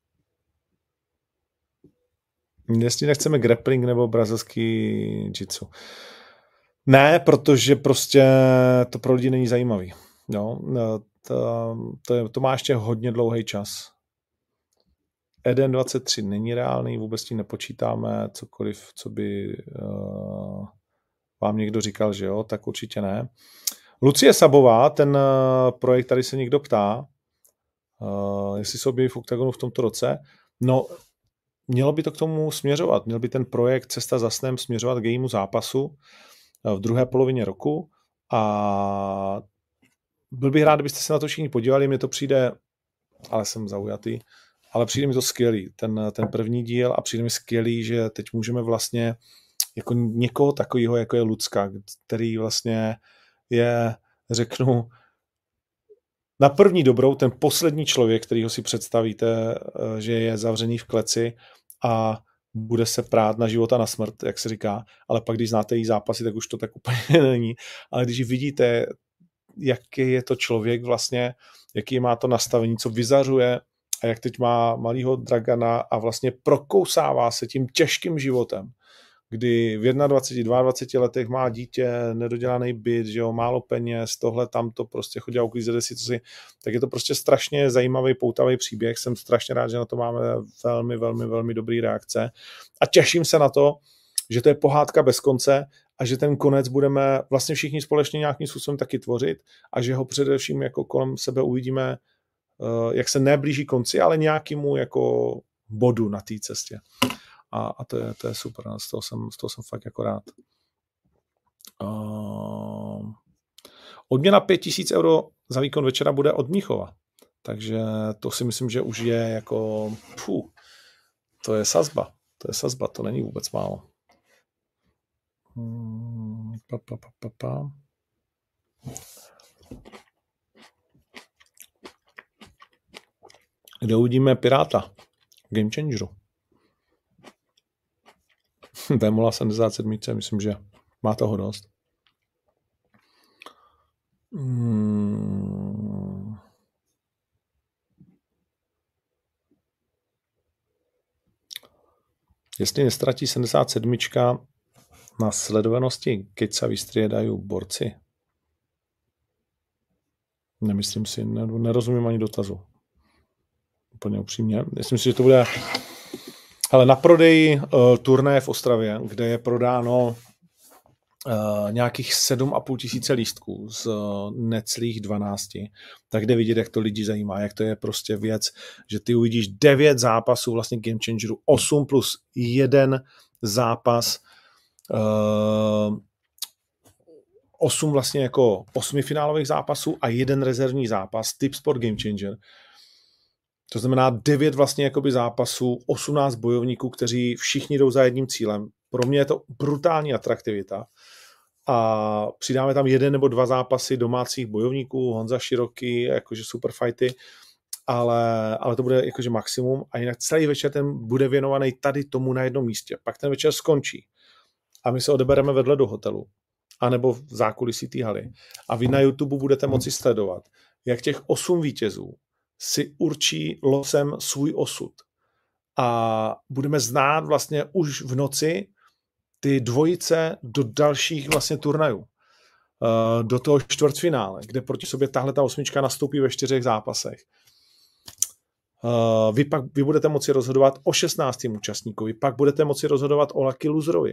jestli nechceme grappling nebo brazilský jitsu. Ne, protože prostě to pro lidi není zajímavý. No, to, to, je, to má ještě hodně dlouhý čas. Eden dvacet tři není reálný, vůbec tím nepočítáme cokoliv, co by uh, vám někdo říkal, že jo, tak určitě ne. Lucie Sabová, ten uh, projekt, tady se někdo ptá, uh, jestli se objeví v Octagonu v tomto roce. No, mělo by to k tomu směřovat. Měl by ten projekt Cesta za snem směřovat k jejímu zápasu uh, v druhé polovině roku a byl bych rád, kdybyste se na to všichni podívali, mně to přijde, ale jsem zaujatý, ale přijde mi to skvělý, ten, ten první díl a přijde mi skvělý, že teď můžeme vlastně jako někoho takového, jako je Lucka, který vlastně je, řeknu, na první dobrou ten poslední člověk, kterýho si představíte, že je zavřený v kleci a bude se prát na život a na smrt, jak se říká, ale pak, když znáte její zápasy, tak už to tak úplně není. Ale když vidíte, jaký je to člověk vlastně, jaký má to nastavení, co vyzařuje a jak teď má malýho Dragana a vlastně prokousává se tím těžkým životem, kdy v dvaceti jedné, dvaceti dvou letech má dítě, nedodělaný byt, že jo, málo peněz, tohle, tamto, prostě chodí a uklízede si, co si, tak je to prostě strašně zajímavý, poutavý příběh, jsem strašně rád, že na to máme velmi, velmi, velmi dobrý reakce a těším se na to, že to je pohádka bez konce a že ten konec budeme vlastně všichni společně nějakým způsobem taky tvořit a že ho především jako kolem sebe uvidíme, jak se neblíží konci, ale nějakému jako bodu na té cestě. A, a to, je, to je super, z toho jsem, z toho jsem fakt jako rád. Uh, odměna pět tisíc euro za výkon večera bude od Mnichova, takže to si myslím, že už je jako, pů, to je sazba, to je sazba, to není vůbec málo. Hmm, pa, pa, pa, pa, pa. Kde uvidíme Piráta? Game Changeru. Vémola sedmdesát sedm, myslím, že má toho dost. Hmm. Jestli nestratí sedmdesát sedm na sledovanosti, keď sa vystriedají borci? Nemyslím si, nerozumím ani dotazu. Úplně upřímně. Myslím si, že to bude ale na prodej uh, turné v Ostravě, kde je prodáno uh, nějakých sedm a půl tisíce lístků z uh, necelých dvanácti, tak jde vidět, jak to lidi zajímá, jak to je prostě věc, že ty uvidíš devět zápasů vlastně Game Changeru, osm plus jeden zápas, uh, osm vlastně jako osmifinálových zápasů a jeden rezervní zápas, Tipsport Game Changer. To znamená devět vlastně jakoby zápasů, osmnáct bojovníků, kteří všichni jdou za jedním cílem. Pro mě je to brutální atraktivita. A přidáme tam jeden nebo dva zápasy domácích bojovníků, Honza Široký, jakože super fighty, ale, ale to bude jakože maximum. A jinak celý večer ten bude věnovaný tady tomu na jednom místě. Pak ten večer skončí. A my se odebereme vedle do hotelu. anebo v zákulisí té haly. A vy na YouTube budete moci sledovat, jak těch osm vítězů si určí losem svůj osud. A budeme znát vlastně už v noci ty dvojice do dalších vlastně turnajů. Do toho čtvrtfinále, kde proti sobě tahle ta osmička nastoupí ve čtyřech zápasech. Vy pak vy budete moci rozhodovat o šestnáctém účastníkovi, pak budete moci rozhodovat o lucky loserovi.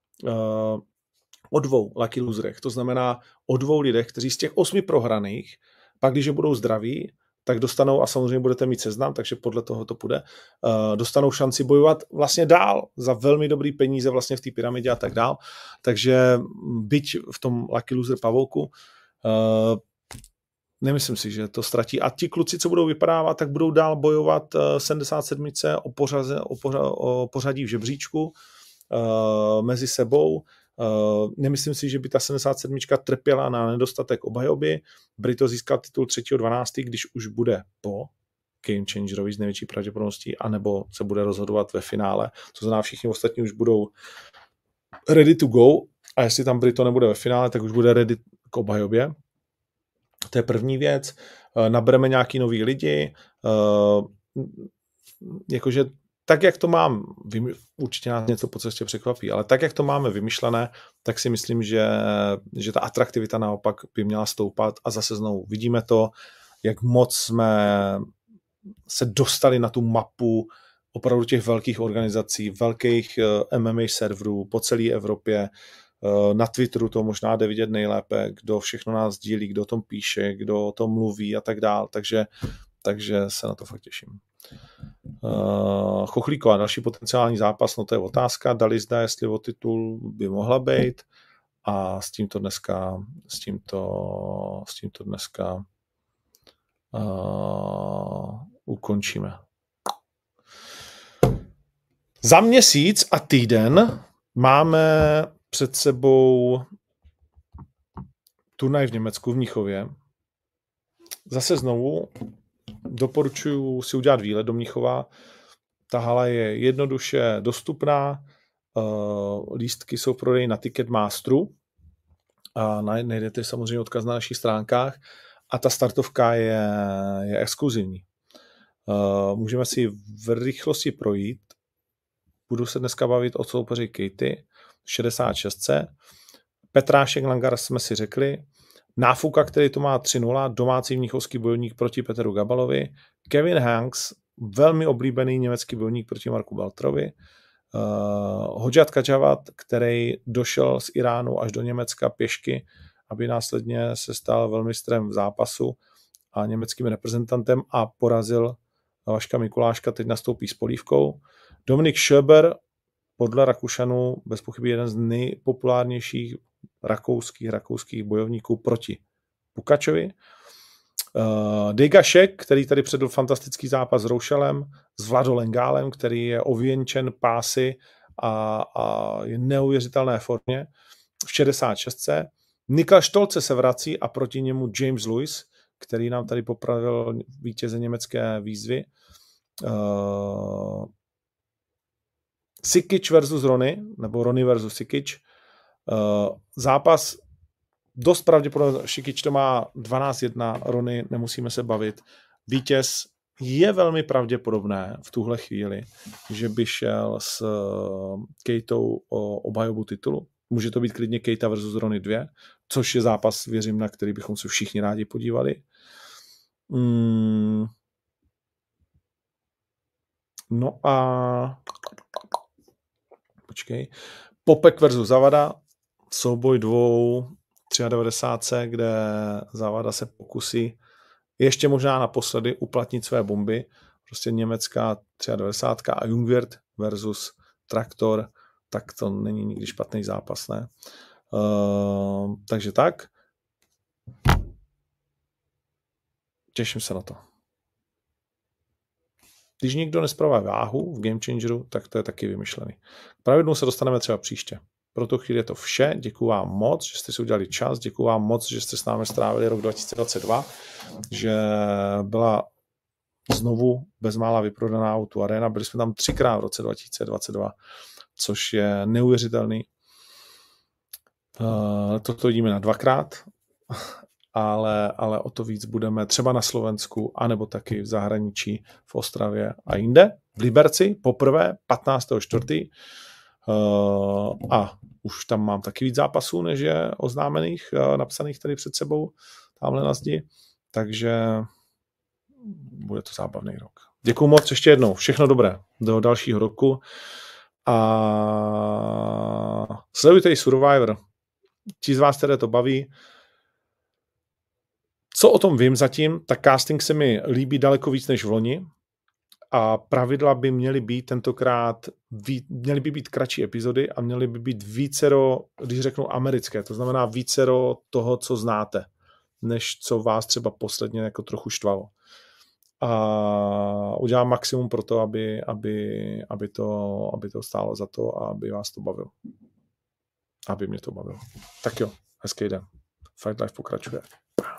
O dvou lucky loserech, to znamená o dvou lidech, kteří z těch osmi prohraných, pak když budou zdraví, tak dostanou, a samozřejmě budete mít seznam, takže podle toho to půjde, uh, dostanou šanci bojovat vlastně dál za velmi dobrý peníze vlastně v té pyramidě a tak dál. Takže byť v tom lucky loser pavolku, uh, nemyslím si, že to ztratí. A ti kluci, co budou vypadávat, tak budou dál bojovat uh, sedmdesát sedm o, pořaze, o, pořa, o pořadí v žebříčku uh, mezi sebou. Uh, nemyslím si, že by ta sedmdesát sedm trpěla na nedostatek obhajoby. Brito získal titul třetího dvanáctého když už bude po Game Changerovi z největší pravděpodobností, anebo se bude rozhodovat ve finále. To znamená, všichni ostatní už budou ready to go a jestli tam Brito nebude ve finále, tak už bude ready k obhajobě. To je první věc. Uh, nabereme nějaký nový lidi. Uh, jakože tak, jak to mám, určitě nás něco po cestě překvapí, ale tak, jak to máme vymyšlené, tak si myslím, že, že ta atraktivita naopak by měla stoupat a zase znovu vidíme to, jak moc jsme se dostali na tu mapu opravdu těch velkých organizací, velkých M M A serverů po celé Evropě. Na Twitteru to možná jde vidět nejlépe, kdo všechno nás sdílí, kdo o tom píše, kdo o tom mluví a tak dál, takže, takže se na to fakt těším. Uh, Chochlíková, další potenciální zápas, no to je otázka, dali zda, jestli o titul by mohla být a s tímto dneska s tímto, s tímto dneska uh, ukončíme. Za měsíc a týden máme před sebou turnaj v Německu v Mnichově. Zase znovu doporučuji si udělat výlet do Mnichova. Ta hala je jednoduše dostupná, lístky jsou prodejí na Ticketmasteru a najdete samozřejmě odkaz na našich stránkách a ta startovka je, je exkluzivní. Můžeme si v rychlosti projít. Budu se dneska bavit o soupeři Katy šedesát šest. Petrášek Langar jsme si řekli. Náfuka, který to má tři nula, domácí mnichovský bojovník proti Peteru Gabalovi. Kevin Hanks, velmi oblíbený německý bojovník proti Marku Baltrovi. Uh, Hodžat Kadžavat, který došel z Iránu až do Německa pěšky, aby následně se stal velmistrem v zápasu a německým reprezentantem a porazil Vaška Mikuláška, teď nastoupí s polívkou. Dominik Schöber, podle Rakušanů, bez pochyby jeden z nejpopulárnějších rakouských, rakouských bojovníků proti Pukačovi. Uh, Degašek, který tady předl fantastický zápas s Roušelem, s Vlado Lengálem, který je ověnčen pásy a, a je neuvěřitelné formě v šedesát šest. Niklas Štolce se vrací a proti němu James Lewis, který nám tady popravil vítěze německé výzvy. Uh, Sikic versus Rony, nebo Rony versus Sikic. Uh, zápas dost pravděpodobně, Sikic to má dvanáct jedna, Rony nemusíme se bavit. Vítěz je velmi pravděpodobné v tuhle chvíli, že by šel s uh, Kejtou o obhajobu titulu. Může to být klidně Kejta versus Rony dva, což je zápas, věřím, na který bychom se všichni rádi podívali. Mm. No a počkej. Popek versus Zavada, souboj dvou devadesát tři, kde Zavada se pokusí ještě možná naposledy uplatnit své bomby. Prostě německá devadesát tři a Jungwirth versus Traktor, tak to není nikdy špatný zápas, ne? Uh, takže tak. Těším se na to. Když někdo nespravuje váhu v Game Changeru, tak to je taky vymyšlený. K pravidlu se dostaneme třeba příště. Pro tu chvíli je to vše. Děkuji vám moc, že jste si udělali čas. Děkuji vám moc, že jste s námi strávili rok dva tisíce dvacet dva, že byla znovu bezmála vyprodaná O dva Arena. Byli jsme tam třikrát v roce dva tisíce dvacet dva, což je neuvěřitelný. Uh, toto vidíme na dvakrát, ale, ale o to víc budeme třeba na Slovensku, anebo taky v zahraničí, v Ostravě a jinde. V Liberci poprvé patnáctého čtvrtého Uh, a už tam mám taky víc zápasů, než je oznámených, uh, napsaných tady před sebou, tamhle na zdi. Takže bude to zábavný rok. Děkuju moc ještě jednou. Všechno dobré do dalšího roku. A sledujte i Survivor. Ti z vás, které to baví. Co o tom vím zatím, tak casting se mi líbí daleko víc než v loni. A pravidla by měly být tentokrát, měly by být kratší epizody a měly by být vícero, když řeknu americké, to znamená vícero toho, co znáte, než co vás třeba posledně jako trochu štvalo. A udělám maximum pro to, aby, aby, aby, to, aby to stálo za to a aby vás to bavilo. Aby mě to bavilo. Tak jo, hezký den. Fight Life pokračuje.